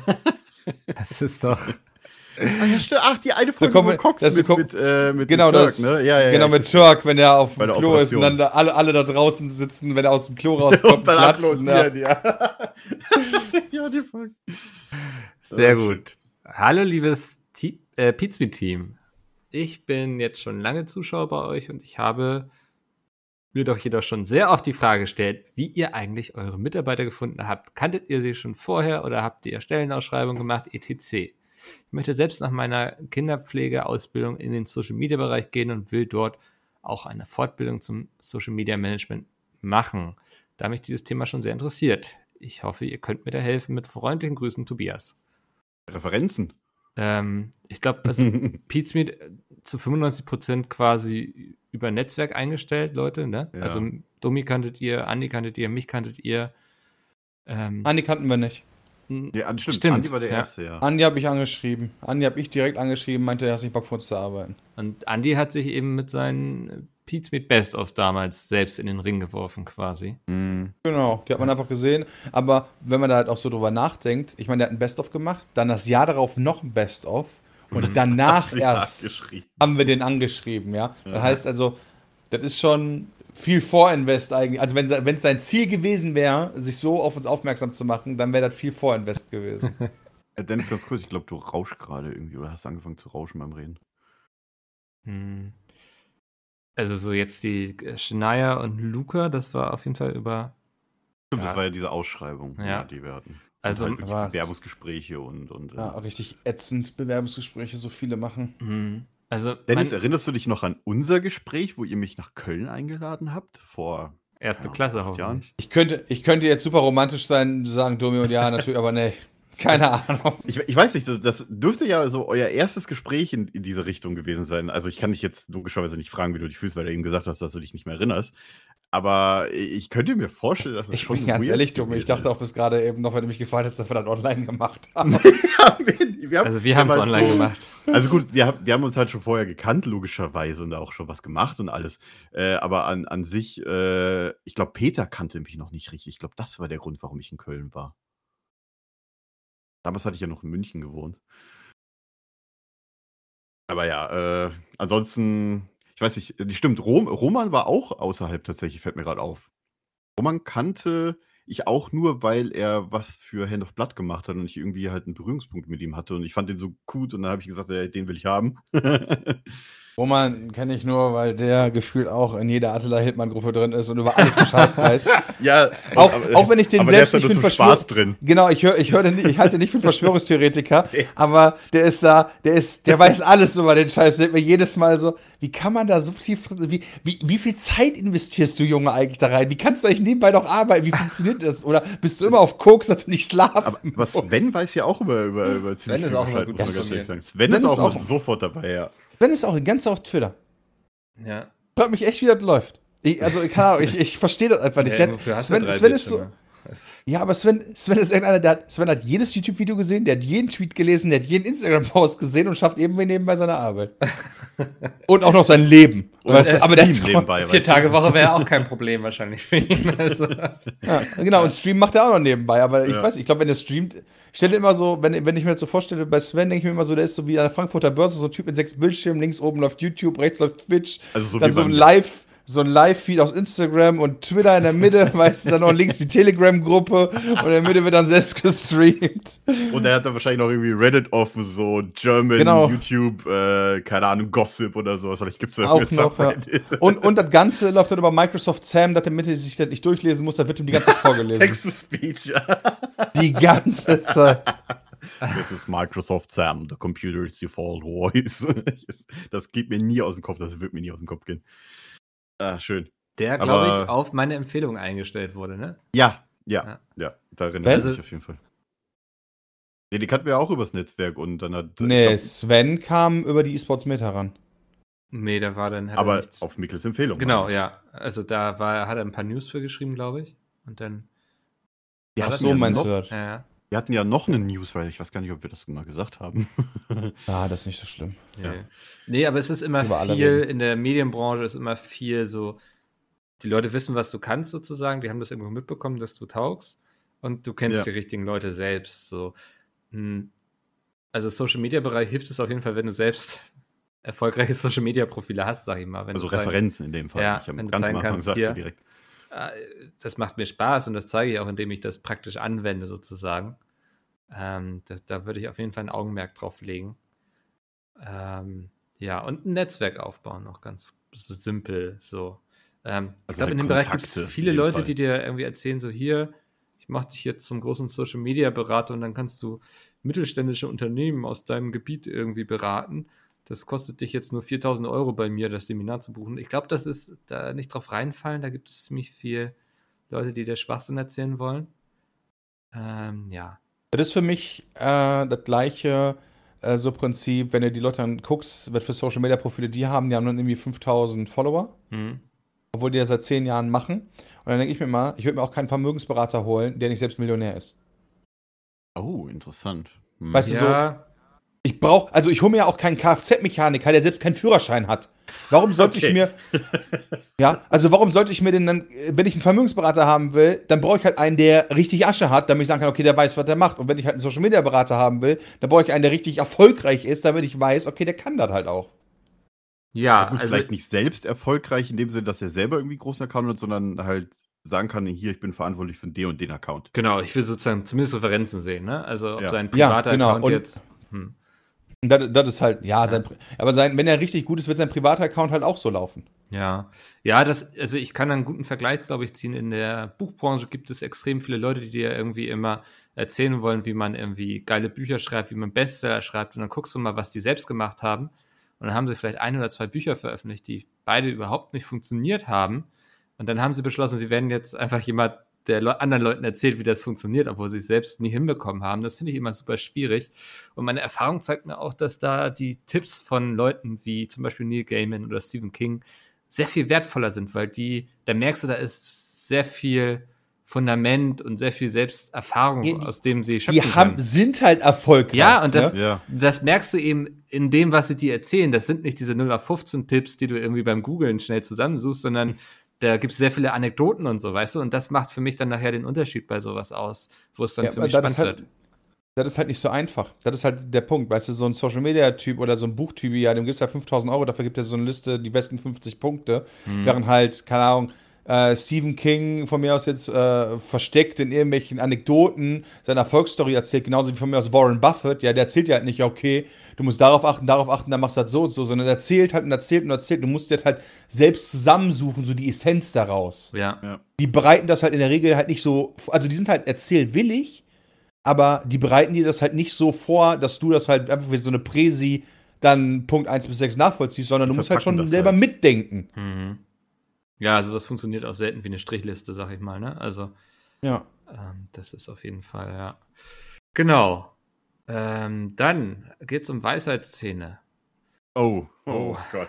Das ist doch. Ach, ja, stimmt. Ach, die eine Folge, kommen wo wir- Cox das mit, kommt- mit, äh, mit Genau, Turk, das, ne? Ja, ja, genau ja, mit Turk, wenn er auf Bei dem der Klo ist und Operation. dann da alle, alle da draußen sitzen, wenn er aus dem Klo rauskommt, Und dann klatschen. Ja. applaudieren, ja. ja, die Folge. Sehr gut. Hallo, liebes Te- äh, Pizmi-Team. Ich bin jetzt schon lange Zuschauer bei euch und ich habe mir doch jedoch schon sehr oft die Frage gestellt, wie ihr eigentlich eure Mitarbeiter gefunden habt. Kanntet ihr sie schon vorher oder habt ihr Stellenausschreibungen gemacht, et cetera? Ich möchte selbst nach meiner Kinderpflegeausbildung in den Social-Media-Bereich gehen und will dort auch eine Fortbildung zum Social-Media-Management machen, da mich dieses Thema schon sehr interessiert. Ich hoffe, ihr könnt mir da helfen. Mit freundlichen Grüßen, Tobias. Referenzen. Ähm, ich glaube, also Pizmeet zu fünfundneunzig Prozent quasi über Netzwerk eingestellt, Leute, ne? Ja. Also Domi kanntet ihr, Andi kanntet ihr, mich kanntet ihr. Ähm, Andi kannten wir nicht. n- Ja, stimmt. Stimmt, Andi war der ja. Erste, ja. Andi habe ich angeschrieben. Andi habe ich direkt angeschrieben, meinte, er hat nicht Bock für uns zu arbeiten. Und Andi hat sich eben mit seinen Pizmeet Best-ofs damals selbst in den Ring geworfen, quasi. Mhm. Genau, die hat man einfach gesehen. Aber wenn man da halt auch so drüber nachdenkt, ich meine, der hat ein Best-of gemacht, dann das Jahr darauf noch ein Best-of und danach Hast du erst nachgeschrieben. haben wir den angeschrieben, ja. Das heißt also, das ist schon viel Vorinvest eigentlich. Also wenn wenn es sein Ziel gewesen wäre, sich so auf uns aufmerksam zu machen, dann wäre das viel Vorinvest gewesen. Äh, Dennis, ganz kurz, ich glaube, du rauschst gerade irgendwie oder hast angefangen zu rauschen beim Reden. Hm. Also so jetzt die äh, Shania und Luca, das war auf jeden Fall über. Stimmt, Ja. das war ja diese Ausschreibung, Ja. ja, die wir hatten. Also, und halt wirklich aber- Bewerbungsgespräche und. und Ja, äh. richtig ätzend, Bewerbungsgespräche, so viele machen. hm. Also Dennis, mein- erinnerst du dich noch an unser Gespräch, wo ihr mich nach Köln eingeladen habt? Vor erste ja, Klasse acht hoffentlich. Ich könnte, ich könnte jetzt super romantisch sein, sagen Domi und ja, natürlich, aber nee, keine Ahnung. Ich, ich weiß nicht, das, das dürfte ja so euer erstes Gespräch in, in diese Richtung gewesen sein. Also ich kann dich jetzt logischerweise nicht fragen, wie du dich fühlst, weil du eben gesagt hast, dass du dich nicht mehr erinnerst. Aber ich könnte mir vorstellen, dass es Ich schon bin ganz weird ehrlich, Domi, ich gewesen dachte ist. auch bis gerade eben noch, wenn du mich gefragt hast, dass wir das online gemacht haben. Ja, wir, wir haben, Also wir haben es halt online so- gemacht. Also gut, wir, haben- wir haben uns halt schon vorher gekannt, logischerweise, und auch schon was gemacht und alles. Äh, aber an, an sich, äh, ich glaube, Peter kannte mich noch nicht richtig. Ich glaube, das war der Grund, warum ich in Köln war. Damals hatte ich ja noch in München gewohnt. Aber ja, äh, ansonsten, ich weiß nicht, die stimmt, Rom, Roman war auch außerhalb tatsächlich, fällt mir gerade auf. Roman kannte ich auch nur, weil er was für Hand of Blood gemacht hat und ich irgendwie halt einen Berührungspunkt mit ihm hatte und ich fand den so gut und dann habe ich gesagt, ey, den will ich haben. Roman kenne ich nur, weil der gefühlt auch in jeder Attila-Hildmann-Gruppe drin ist und über alles Bescheid weiß. Ja, Auch- aber- auch wenn ich den aber selbst der ist nicht da für nur zum Verschwör- Spaß drin. Genau, ich höre, ich höre, den nicht- ich halte nicht für einen Verschwörungstheoretiker, aber der ist da, der ist, der weiß alles über den Scheiß. Der denkt mir jedes Mal so, wie kann man da so viel, wie, wie, wie viel Zeit investierst du, Junge, eigentlich da rein? Wie kannst du eigentlich nebenbei noch arbeiten? Wie funktioniert das? Oder bist du immer auf Koks, dass du nicht schlafen Aber, aber Sven musst? weiß ja auch über, über, über ziemlich ist viel auch immer Bescheid, gut muss man ganz informiert. ehrlich sagen. Sven, Sven ist ist auch, auch- sofort dabei, ja. Sven ist auch ganz auf Twitter. Ja. Fragt mich echt, wie das läuft. Ich, also, keine Ahnung, ich, ich verstehe das einfach nicht. Ja, Der- wofür hast du Sven, drei Sven ist so, Bildschirme? Das- ja, aber Sven, Sven ist irgendeiner, der hat, Sven hat jedes YouTube-Video gesehen, der hat jeden Tweet gelesen, der hat jeden Instagram-Post gesehen und schafft irgendwie nebenbei seine Arbeit. Und auch noch sein Leben. Und Weißt du, das aber der Stream hat nebenbei, Vier weißt du. Tage Woche wäre auch kein Problem wahrscheinlich für ihn. Also, Ja, genau, und Stream macht er auch noch nebenbei. Aber ich Ja. weiß, ich glaube, wenn er streamt, ich stelle immer so, wenn, wenn ich mir das so vorstelle, bei Sven denke ich mir immer so, der ist so wie an der Frankfurter Börse, so ein Typ mit sechs Bildschirmen, links oben läuft YouTube, rechts läuft Twitch, Also so dann wie so bei ein mir. Live, so ein Live-Feed aus Instagram und Twitter in der Mitte, weißt du, dann noch links die Telegram-Gruppe und in der Mitte wird dann selbst gestreamt. Und er hat dann wahrscheinlich noch irgendwie Reddit offen, so German, Genau. YouTube, äh, keine Ahnung, Gossip oder sowas. Vielleicht gibt's da Auch irgendeine noch, ja. Subreddit. Und, und das Ganze läuft dann über Microsoft Sam, dass der Mitte sich das nicht durchlesen muss, da wird ihm die ganze Zeit vorgelesen. Text-to-Speech, ja. Die ganze Zeit. This is Microsoft Sam, the computer's default voice. Das geht mir nie aus dem Kopf, das wird mir nie aus dem Kopf gehen. Ah, schön. Der, glaube Aber- ich, auf meine Empfehlung eingestellt wurde, ne? Ja, ja, Ja. ja, da erinnere ich Also- mich auf jeden Fall. Ja, die kannten wir ja auch übers Netzwerk und dann hat. Nee, ich Sven kam über die E-Sports Meta ran. Nee, da war dann. glaub, Hat er aber nichts- auf Mickels Empfehlung. Genau, meine ich. ja. Also da war, hat er ein paar News für geschrieben, glaube ich. Und dann. Wir Ach hatten So ja meinst noch, du das? Ja, ja. Wir hatten ja noch eine News, weil ich weiß gar nicht, ob wir das mal gesagt haben. Ah, das ist nicht so schlimm. Nee. Ja. Nee, aber es ist immer Über alle viel, reden. in der Medienbranche ist immer viel so, die Leute wissen, was du kannst sozusagen, die haben das irgendwo mitbekommen, dass du taugst und du kennst Ja. die richtigen Leute selbst. So. Hm. Also Social-Media-Bereich hilft es auf jeden Fall, wenn du selbst erfolgreiche Social-Media-Profile hast, sag ich mal. Wenn Also du sagen- Referenzen in dem Fall. Ja, ich habe wenn du ganz am zeigen Anfang kannst, gesagt, hier- direkt. äh, das macht mir Spaß und das zeige ich auch, indem ich das praktisch anwende sozusagen. Ähm, das, da würde ich auf jeden Fall ein Augenmerk drauf legen. Ähm, ja, und ein Netzwerk aufbauen, noch ganz so simpel so. Ähm, ich Also glaube, halt in dem Bereich gibt es Kontakte viele in dem Leute, Fall. die dir irgendwie erzählen, so hier, ich mache dich jetzt zum großen Social-Media-Berater und dann kannst du mittelständische Unternehmen aus deinem Gebiet irgendwie beraten. Das kostet dich jetzt nur viertausend Euro bei mir, das Seminar zu buchen. Ich glaube, das ist da nicht drauf reinfallen. Da gibt es ziemlich viel Leute, die dir Schwachsinn erzählen wollen. Ähm, ja. Das ist für mich äh, das gleiche äh, so Prinzip, wenn du die Leute dann guckst, was für Social Media Profile die haben, die haben dann irgendwie fünftausend Follower, Hm. obwohl die das seit zehn Jahren machen. Und dann denke ich mir mal, ich würde mir auch keinen Vermögensberater holen, der nicht selbst Millionär ist. Oh, interessant. Hm. Weißt du, so, Ja, ich brauche, also ich hole mir ja auch keinen Kfz-Mechaniker, der selbst keinen Führerschein hat. Warum sollte Okay. ich mir, ja, also warum sollte ich mir denn dann, äh, wenn ich einen Vermögensberater haben will, dann brauche ich halt einen, der richtig Asche hat, damit ich sagen kann, okay, der weiß, was der macht. Und wenn ich halt einen Social-Media-Berater haben will, dann brauche ich einen, der richtig erfolgreich ist, damit ich weiß, okay, der kann das halt auch. ja, Ja, gut, also vielleicht nicht selbst erfolgreich in dem Sinne, dass er selber irgendwie einen großen Account hat, sondern halt sagen kann, hier, ich bin verantwortlich für den und den Account. genau, ich will sozusagen zumindest Referenzen sehen, ne? Also ob Ja. sein Ja, privater genau. Account Und- jetzt. Hm. Und das, das ist halt, ja, sein, aber sein, wenn er richtig gut ist, wird sein privater Account halt auch so laufen. Ja, ja, das, also ich kann einen guten Vergleich, glaube ich, ziehen. In der Buchbranche gibt es extrem viele Leute, die dir irgendwie immer erzählen wollen, wie man irgendwie geile Bücher schreibt, wie man Bestseller schreibt. Und dann guckst du mal, was die selbst gemacht haben. Und dann haben sie vielleicht ein oder zwei Bücher veröffentlicht, die beide überhaupt nicht funktioniert haben. Und dann haben sie beschlossen, sie werden jetzt einfach jemand, der Le- anderen Leuten erzählt, wie das funktioniert, obwohl sie es selbst nie hinbekommen haben. Das finde ich immer super schwierig. Und meine Erfahrung zeigt mir auch, dass da die Tipps von Leuten wie zum Beispiel Neil Gaiman oder Stephen King sehr viel wertvoller sind, weil die, da merkst du, da ist sehr viel Fundament und sehr viel Selbsterfahrung, Ja, die- aus dem sie Die schöpfen haben, können. sind halt erfolgreich. Ja, und das, ne? Ja. das merkst du eben in dem, was sie dir erzählen. Das sind nicht diese null auf fünfzehn Tipps, die du irgendwie beim Googlen schnell zusammensuchst, sondern da gibt es sehr viele Anekdoten und so, weißt du? Und das macht für mich dann nachher den Unterschied bei sowas aus, wo es dann Ja, für aber mich das spannend ist halt, wird. das ist halt nicht so einfach. Das ist halt der Punkt. Weißt du, so ein Social-Media-Typ oder so ein Buchtyp, ja, dem gibst du ja fünftausend Euro, dafür gibt er so eine Liste, die besten fünfzig Punkte. Mhm. Während halt, keine Ahnung, äh, Stephen King von mir aus jetzt äh, versteckt in irgendwelchen Anekdoten seine Erfolgsstory erzählt, genauso wie von mir aus Warren Buffett. Ja, der erzählt ja halt nicht, ja, okay, du musst darauf achten, darauf achten, dann machst du das so und so, sondern er erzählt halt und erzählt und erzählt. Du musst dir halt selbst zusammensuchen, so die Essenz daraus. Ja. Die bereiten das halt in der Regel halt nicht so, also die sind halt erzählwillig, aber die bereiten dir das halt nicht so vor, dass du das halt einfach wie so eine Präsi dann Punkt eins bis sechs nachvollziehst, sondern Die du musst halt verpacken schon das selber halt. mitdenken. Mhm. Ja, also das funktioniert auch selten wie eine Strichliste, sag ich mal, ne? Also Ja. Ähm, das ist auf jeden Fall, ja. Genau. Ähm, dann geht's um Weisheitszähne. Oh, oh, Oh. Gott.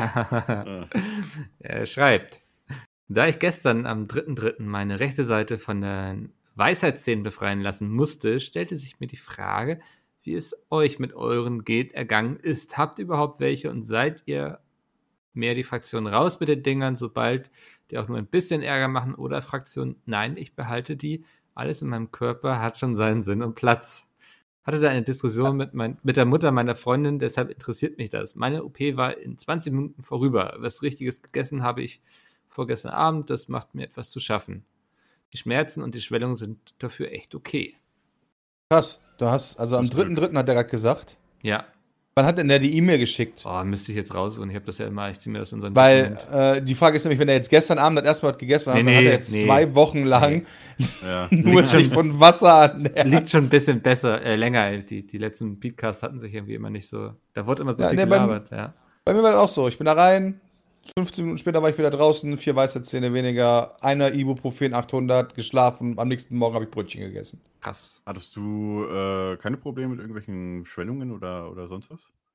er Äh, schreibt, da ich gestern am dritten dritten meine rechte Seite von den Weisheitszähnen befreien lassen musste, stellte sich mir die Frage, wie es euch mit euren geht ergangen ist. Habt ihr überhaupt welche und seid ihr mehr die Fraktion raus mit den Dingern, sobald die auch nur ein bisschen Ärger machen, oder Fraktion nein, ich behalte die, alles in meinem Körper hat schon seinen Sinn und Platz. Hatte da eine Diskussion mit, mein, mit der Mutter meiner Freundin, deshalb interessiert mich das. Meine O P war in zwanzig Minuten vorüber. Was Richtiges gegessen habe ich vorgestern Abend, das macht mir etwas zu schaffen. Die Schmerzen und die Schwellung sind dafür echt okay. Krass, du hast, also am dritten dritten hat der gerade gesagt. Ja. Wann hat denn der die E-Mail geschickt? Oh, müsste ich jetzt raussuchen. Ich habe das ja immer, ich ziehe mir das in so ein Weil Dokument. äh, die Frage ist nämlich, wenn er jetzt gestern Abend das erste Mal gegessen hat, Nee, dann hat nee, er jetzt nee. zwei Wochen lang Ja. nur sich von Wasser ernährt. Liegt schon ein bisschen besser, äh, länger. Die, die letzten Podcasts hatten sich irgendwie immer nicht so, da wurde immer so Ja, viel nee, beim- gelabert. Ja. Bei mir war das auch so. Ich bin da rein, fünfzehn Minuten später war ich wieder draußen, vier weiße Zähne weniger, einer Ibuprofen achthundert, geschlafen, am nächsten Morgen habe ich Brötchen gegessen. Krass. Hattest du äh, keine Probleme mit irgendwelchen Schwellungen oder, oder sonst was?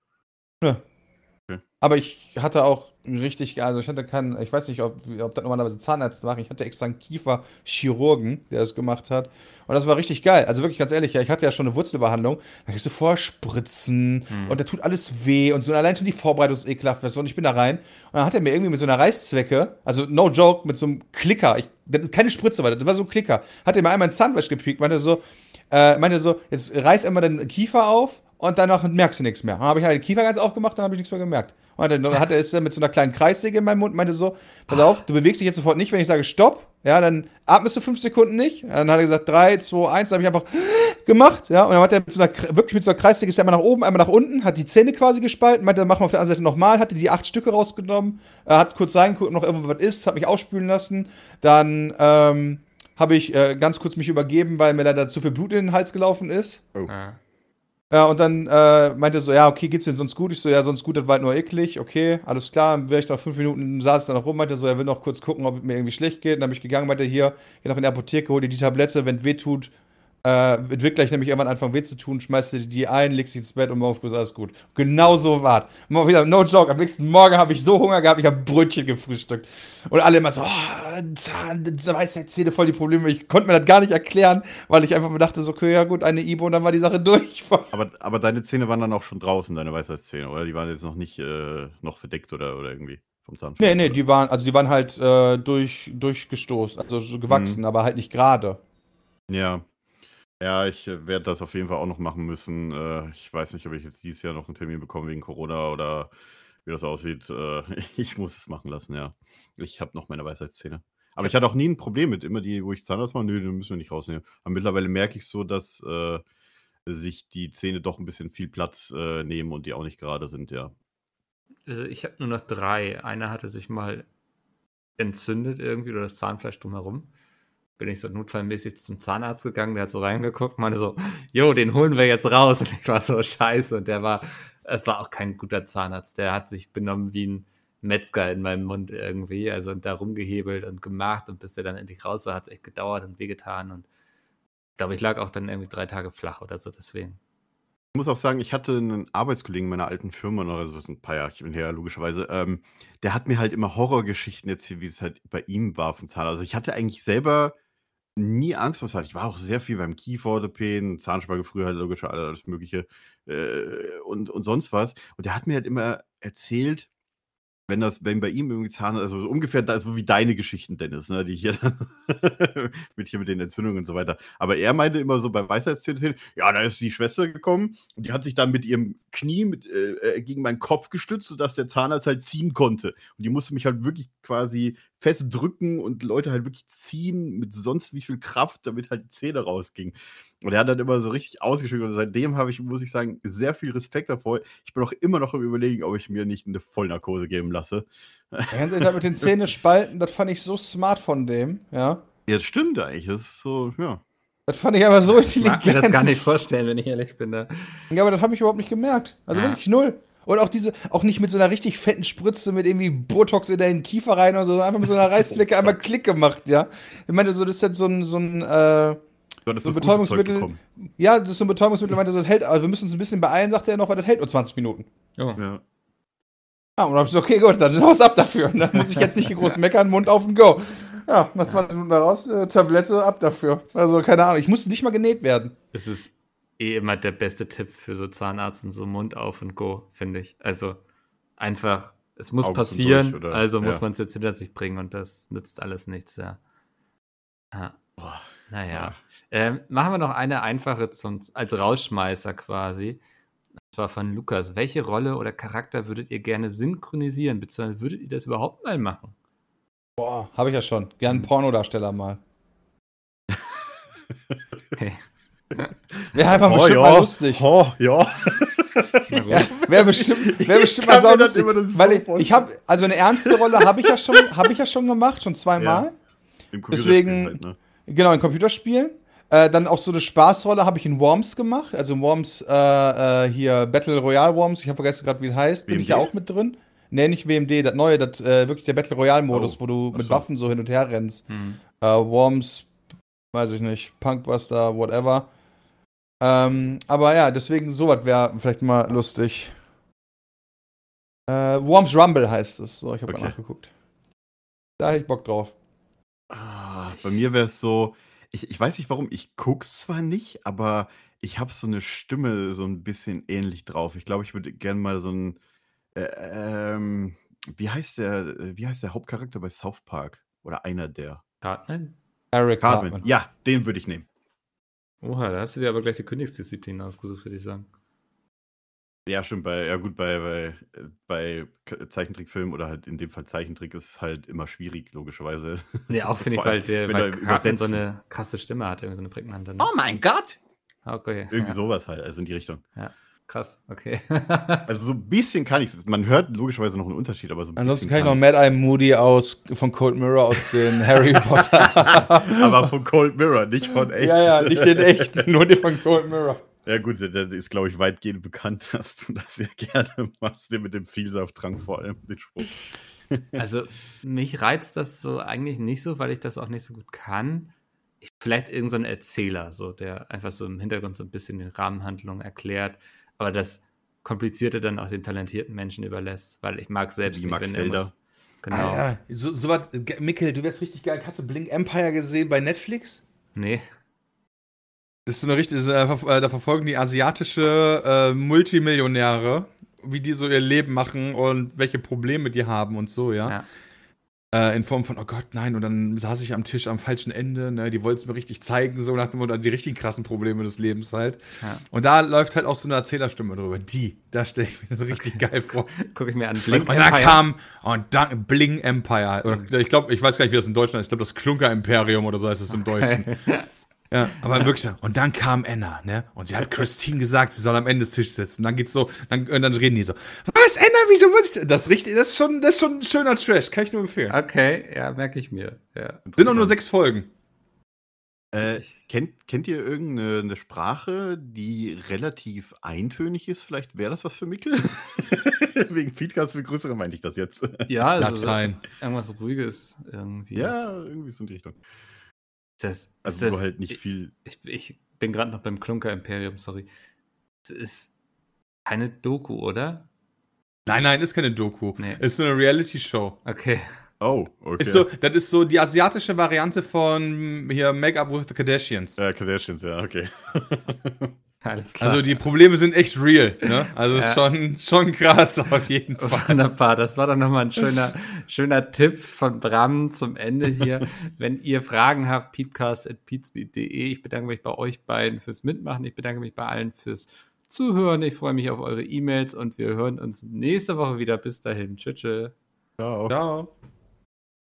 Aber ich hatte auch richtig, also ich hatte keinen, ich weiß nicht, ob, ob das normalerweise Zahnärzte machen, ich hatte extra einen Kieferchirurgen, der das gemacht hat. Und das war richtig geil. Also wirklich ganz ehrlich, ja, ich hatte ja schon eine Wurzelbehandlung, da kriegst du vorher Spritzen Hm. und da tut alles weh und so allein schon die Vorbereitung ist ekelhaft. Und ich bin da rein und dann hat er mir irgendwie mit so einer Reißzwecke, also no joke, mit so einem Klicker, ich, das- keine Spritze war das, das war so ein Klicker, hat er mir einmal ins Zahnfleisch gepiekt, meinte so, äh, meinte so, jetzt reiß einmal den Kiefer auf und danach merkst du nichts mehr. Dann habe ich halt den Kiefer ganz aufgemacht, dann habe ich nichts mehr gemerkt. Und dann hat er es dann mit so einer kleinen Kreissäge in meinem Mund und meinte so, pass auf, du bewegst dich jetzt sofort nicht, wenn ich sage Stopp, ja, dann atmest du fünf Sekunden nicht. Dann hat er gesagt, drei, zwei, eins, dann habe ich einfach gemacht, ja, und dann hat er mit so einer, wirklich mit so einer Kreissäge, ist er einmal nach oben, einmal nach unten, hat die Zähne quasi gespalten, meinte, dann machen wir auf der anderen Seite nochmal, hatte die acht Stücke rausgenommen, er hat kurz reingeguckt, ob noch irgendwo was ist, hat mich ausspülen lassen, dann, ähm, habe ich äh, ganz kurz mich übergeben, weil mir leider zu viel Blut in den Hals gelaufen ist. Ja. Ja, und dann äh, meinte er so, ja, okay, geht's dir sonst gut? Ich so, ja, sonst gut, das war halt nur eklig, okay, alles klar. Dann wäre ich nach fünf Minuten, saß dann noch rum, meinte so, er will noch kurz gucken, ob es mir irgendwie schlecht geht. Dann bin ich gegangen, meinte hier, geh noch in die Apotheke, hol dir die Tablette, wenn es weh tut, äh, es wird gleich nämlich irgendwann anfangen weh zu tun, schmeißt dir die ein, legst dich ins Bett und morgen früh ist alles gut. Genau so war's. Mal wieder, no joke, am nächsten Morgen habe ich so Hunger gehabt, ich habe Brötchen gefrühstückt. Und alle immer so, oh, Zahn, Weisheitszähne, voll die Probleme. Ich konnte mir das gar nicht erklären, weil ich einfach mir dachte, so, okay, ja gut, eine Ibo und dann war die Sache durch. Aber, aber deine Zähne waren dann auch schon draußen, deine Weisheitszähne, oder? Die waren jetzt noch nicht äh, noch verdeckt oder, oder irgendwie vom Zahnfleisch? Nee, nee, die waren, also die waren halt äh, durch, durchgestoßen, also so gewachsen, aber halt nicht gerade. Ja. Ja, ich äh, werde das auf jeden Fall auch noch machen müssen. Äh, ich weiß nicht, ob ich jetzt dieses Jahr noch einen Termin bekomme wegen Corona oder wie das aussieht. Äh, ich muss es machen lassen, ja. Ich habe noch meine Weisheitszähne. Aber ich hatte auch nie ein Problem mit immer die, wo ich Zahnarzt mache, nö, den müssen wir nicht rausnehmen. Aber mittlerweile merke ich so, dass äh, sich die Zähne doch ein bisschen viel Platz äh, nehmen und die auch nicht gerade sind, ja. Also ich habe nur noch drei. Einer hatte sich mal entzündet irgendwie oder das Zahnfleisch drumherum. Bin ich so notfallmäßig zum Zahnarzt gegangen, der hat so reingeguckt, meinte so, jo, den holen wir jetzt raus. Und ich war so, scheiße. Und der war, es war auch kein guter Zahnarzt. Der hat sich benommen wie ein Metzger in meinem Mund irgendwie. Also da rumgehebelt und gemacht. Und bis der dann endlich raus war, hat es echt gedauert und wehgetan. Und ich glaube, ich lag auch dann irgendwie drei Tage flach oder so, deswegen. Ich muss auch sagen, ich hatte einen Arbeitskollegen meiner alten Firma noch, also das ist ein paar Jahre her, logischerweise, ähm, der hat mir halt immer Horrorgeschichten erzählt, wie es halt bei ihm war vom Zahnarzt. Also ich hatte eigentlich selber nie Angst vor Zahnarzt. Ich war auch sehr viel beim Kieferorthopäden, Zahnspange früher halt logisch, alles Mögliche äh, und, und sonst was. Und der hat mir halt immer erzählt, wenn das, wenn bei ihm irgendwie Zahn, also so ungefähr da so wie deine Geschichten, Dennis, ne, die hier dann mit hier mit den Entzündungen und so weiter. Aber er meinte immer so bei Weisheitszähnen, ja, da ist die Schwester gekommen und die hat sich dann mit ihrem Knie mit, äh, gegen meinen Kopf gestützt, sodass der Zahnarzt halt ziehen konnte. Und die musste mich halt wirklich quasi festdrücken und Leute halt wirklich ziehen mit sonst wie viel Kraft, damit halt die Zähne rausgingen. Und er hat dann immer so richtig ausgeschickt und seitdem habe ich, muss ich sagen, sehr viel Respekt davor. Ich bin auch immer noch im Überlegen, ob ich mir nicht eine Vollnarkose geben lasse. Ja, ganz ehrlich, das mit den Zähne spalten, das fand ich so smart von dem, ja. Ja, das stimmt eigentlich. Das ist so, ja. Das fand ich aber so Ich mag intelligent. mir das gar nicht vorstellen, wenn ich ehrlich bin. Da. Ja, aber das habe ich überhaupt nicht gemerkt. Also Ja. wirklich null. Und auch diese, auch nicht mit so einer richtig fetten Spritze mit irgendwie Botox in den Kiefer rein oder so, sondern einfach mit so einer Reißzwecke einmal Klick gemacht, ja. Ich meine, so, das ist halt so ein, so ein, äh, Du hattest so ein das gute Zeug Betäubungsmittel. bekommen. Ja, das ist so ein Betäubungsmittel, meinte so, das hält, also wir müssen uns ein bisschen beeilen, sagt er noch, weil das hält nur zwanzig Minuten. Oh. Ja. Ja, und dann hab ich so, okay, gut, dann los ab dafür. Und dann muss ich jetzt nicht groß meckern, Mund auf und go. Ja, nach zwanzig Minuten da raus, äh, Tablette, ab dafür. Also, keine Ahnung, ich musste nicht mal genäht werden. Das ist eh immer der beste Tipp für so Zahnarzt und so Mund auf und go, finde ich. Also einfach, es muss Augen zu passieren, durch, oder? also muss Ja. man es jetzt hinter sich bringen und das nützt alles nichts, ja. ja. Boah. Naja. Ja. Ähm, machen wir noch eine einfache zum, als Rausschmeißer quasi. Das war von Lukas. Welche Rolle oder Charakter würdet ihr gerne synchronisieren, beziehungsweise würdet ihr das überhaupt mal machen? Boah, habe ich ja schon. Gern Pornodarsteller mal. Okay. Wäre einfach Oh, bestimmt ja. mal lustig. Oh, ja. Ja, wäre bestimmt, wär bestimmt Ich mal kann mir das saulustig. immer das Weil so ich, ich vorstellen. habe, also eine ernste Rolle habe ich ja schon, habe ich ja schon gemacht, schon zweimal. Im Deswegen- Computerspiel halt, ne? Genau, in Computerspielen. Äh, dann auch so eine Spaßrolle habe ich in Worms gemacht. Also in Worms, äh, äh, hier Battle Royale Worms. Ich habe vergessen gerade, wie es heißt. Bin W M ich ja D? auch mit drin. Nee, nicht W M D, das neue, das äh, wirklich der Battle Royale Modus, Oh, wo du ach mit so. Waffen so hin und her rennst. Hm. Äh, Worms, weiß ich nicht, Punkbuster, whatever. Ähm, aber ja, deswegen sowas wäre vielleicht mal lustig. Äh, Worms Rumble heißt es. So, ich habe Okay. mal nachgeguckt. Da hätte ich Bock drauf. Ah, bei mir wäre es so, ich, ich weiß nicht warum, ich guck's zwar nicht, aber ich habe so eine Stimme so ein bisschen ähnlich drauf. Ich glaube, ich würde gerne mal so ein, äh, ähm, wie heißt der, wie heißt der Hauptcharakter bei South Park? Oder einer der? Cartman? Eric Cartman. Cartman. Ja, den würde ich nehmen. Oha, da hast du dir aber gleich die Königsdisziplin ausgesucht, würde ich sagen. Ja, stimmt, bei, ja gut, bei, bei, äh, bei K- Zeichentrickfilmen oder halt in dem Fall Zeichentrick ist es halt immer schwierig, logischerweise. Nee, auch finde ich, Vor allem, weil, der, wenn weil wir Cartman so übersetzen. eine krasse Stimme hat, irgendwie so eine prägnante. Ne? Oh mein Gott! Okay. Irgendwie ja. sowas halt, also in die Richtung. Krass, okay. Also so ein bisschen kann ich es. Man hört logischerweise noch einen Unterschied, aber so ein Ansonsten bisschen kann ich noch Mad Eye Moody aus von Cold Mirror aus den Harry Potter. Aber von Cold Mirror, nicht von echt. Ja, ja, nicht den echten, nur den von Cold Mirror. Ja gut, der der ist, glaube ich, weitgehend bekannt, dass du das sehr gerne machst, den mit dem Vielsafttrank vor allem, den Spruch. Also, mich reizt das so eigentlich nicht so, weil ich das auch nicht so gut kann. Ich, vielleicht irgend so ein Erzähler, so, der einfach so im Hintergrund so ein bisschen die Rahmenhandlung erklärt, aber das Komplizierte dann auch den talentierten Menschen überlässt, weil ich mag selbst Wie nicht, Max wenn Felder. irgendwas- Genau. Ah, ja. So, so was, G- Mikkel, du wärst richtig geil. Hast du Blink Empire gesehen bei Netflix? Nee. Das ist so eine richtige, äh, ver- äh, da verfolgen die asiatische äh, Multimillionäre, wie die so ihr Leben machen und welche Probleme die haben und so, ja. Ja. Äh, in Form von, oh Gott, nein, und dann saß ich am Tisch am falschen Ende, ne, die wollten es mir richtig zeigen, so nach dem Motto, die richtig krassen Probleme des Lebens halt. Ja. Und da läuft halt auch so eine Erzählerstimme drüber. Die, da stelle ich mir so richtig geil vor. Gucke ich mir an. Blink Und dann kam, und dann Bling Empire. Oder ich glaube, ich weiß gar nicht, wie das in Deutschland ist. Ich glaube, das Klunker Imperium oder so heißt es im Deutschen. Ja, aber wirklich so. Und dann kam Anna, ne? Und sie hat Christine gesagt, sie soll am Ende des Tisches sitzen. Dann geht's so, dann, und dann reden die so. Was, Anna, wieso muss ich. Das ist richtig, das ist schon, das ist schon ein schöner Trash. Kann ich nur empfehlen. Okay, ja, merke ich mir. Ja. Sind auch nur sechs Folgen. Äh, kennt, kennt ihr irgendeine eine Sprache, die relativ eintönig ist? Vielleicht wäre das was für Mikkel? Wegen Feedcast für Größere meinte ich das jetzt. Ja, also so, Latein. irgendwas Ruhiges irgendwie. Ja, irgendwie so in die Richtung. Ist das, ist Also das, nur halt nicht ich, viel. Ich, ich bin gerade noch beim Klunker-Imperium, sorry. Es ist keine Doku, oder? Nein, nein, ist keine Doku. Nee. Ist so eine Reality-Show. Okay. Oh, okay. Ist so, das ist so die asiatische Variante von hier Make-up with the Kardashians. Ja, Kardashians, ja, okay. Alles klar. Also die Probleme sind echt real, ne? Also ist Ja. schon, schon krass auf jeden Fall. Wunderbar, das war doch nochmal ein schöner, schöner Tipp von Bram zum Ende hier. Wenn ihr Fragen habt, peatcast at peatspeed punkt de. Ich bedanke mich bei euch beiden fürs Mitmachen. Ich bedanke mich bei allen fürs Zuhören. Ich freue mich auf eure E-Mails und wir hören uns nächste Woche wieder. Bis dahin. Tschüss. tschüss. Ciao. Ciao.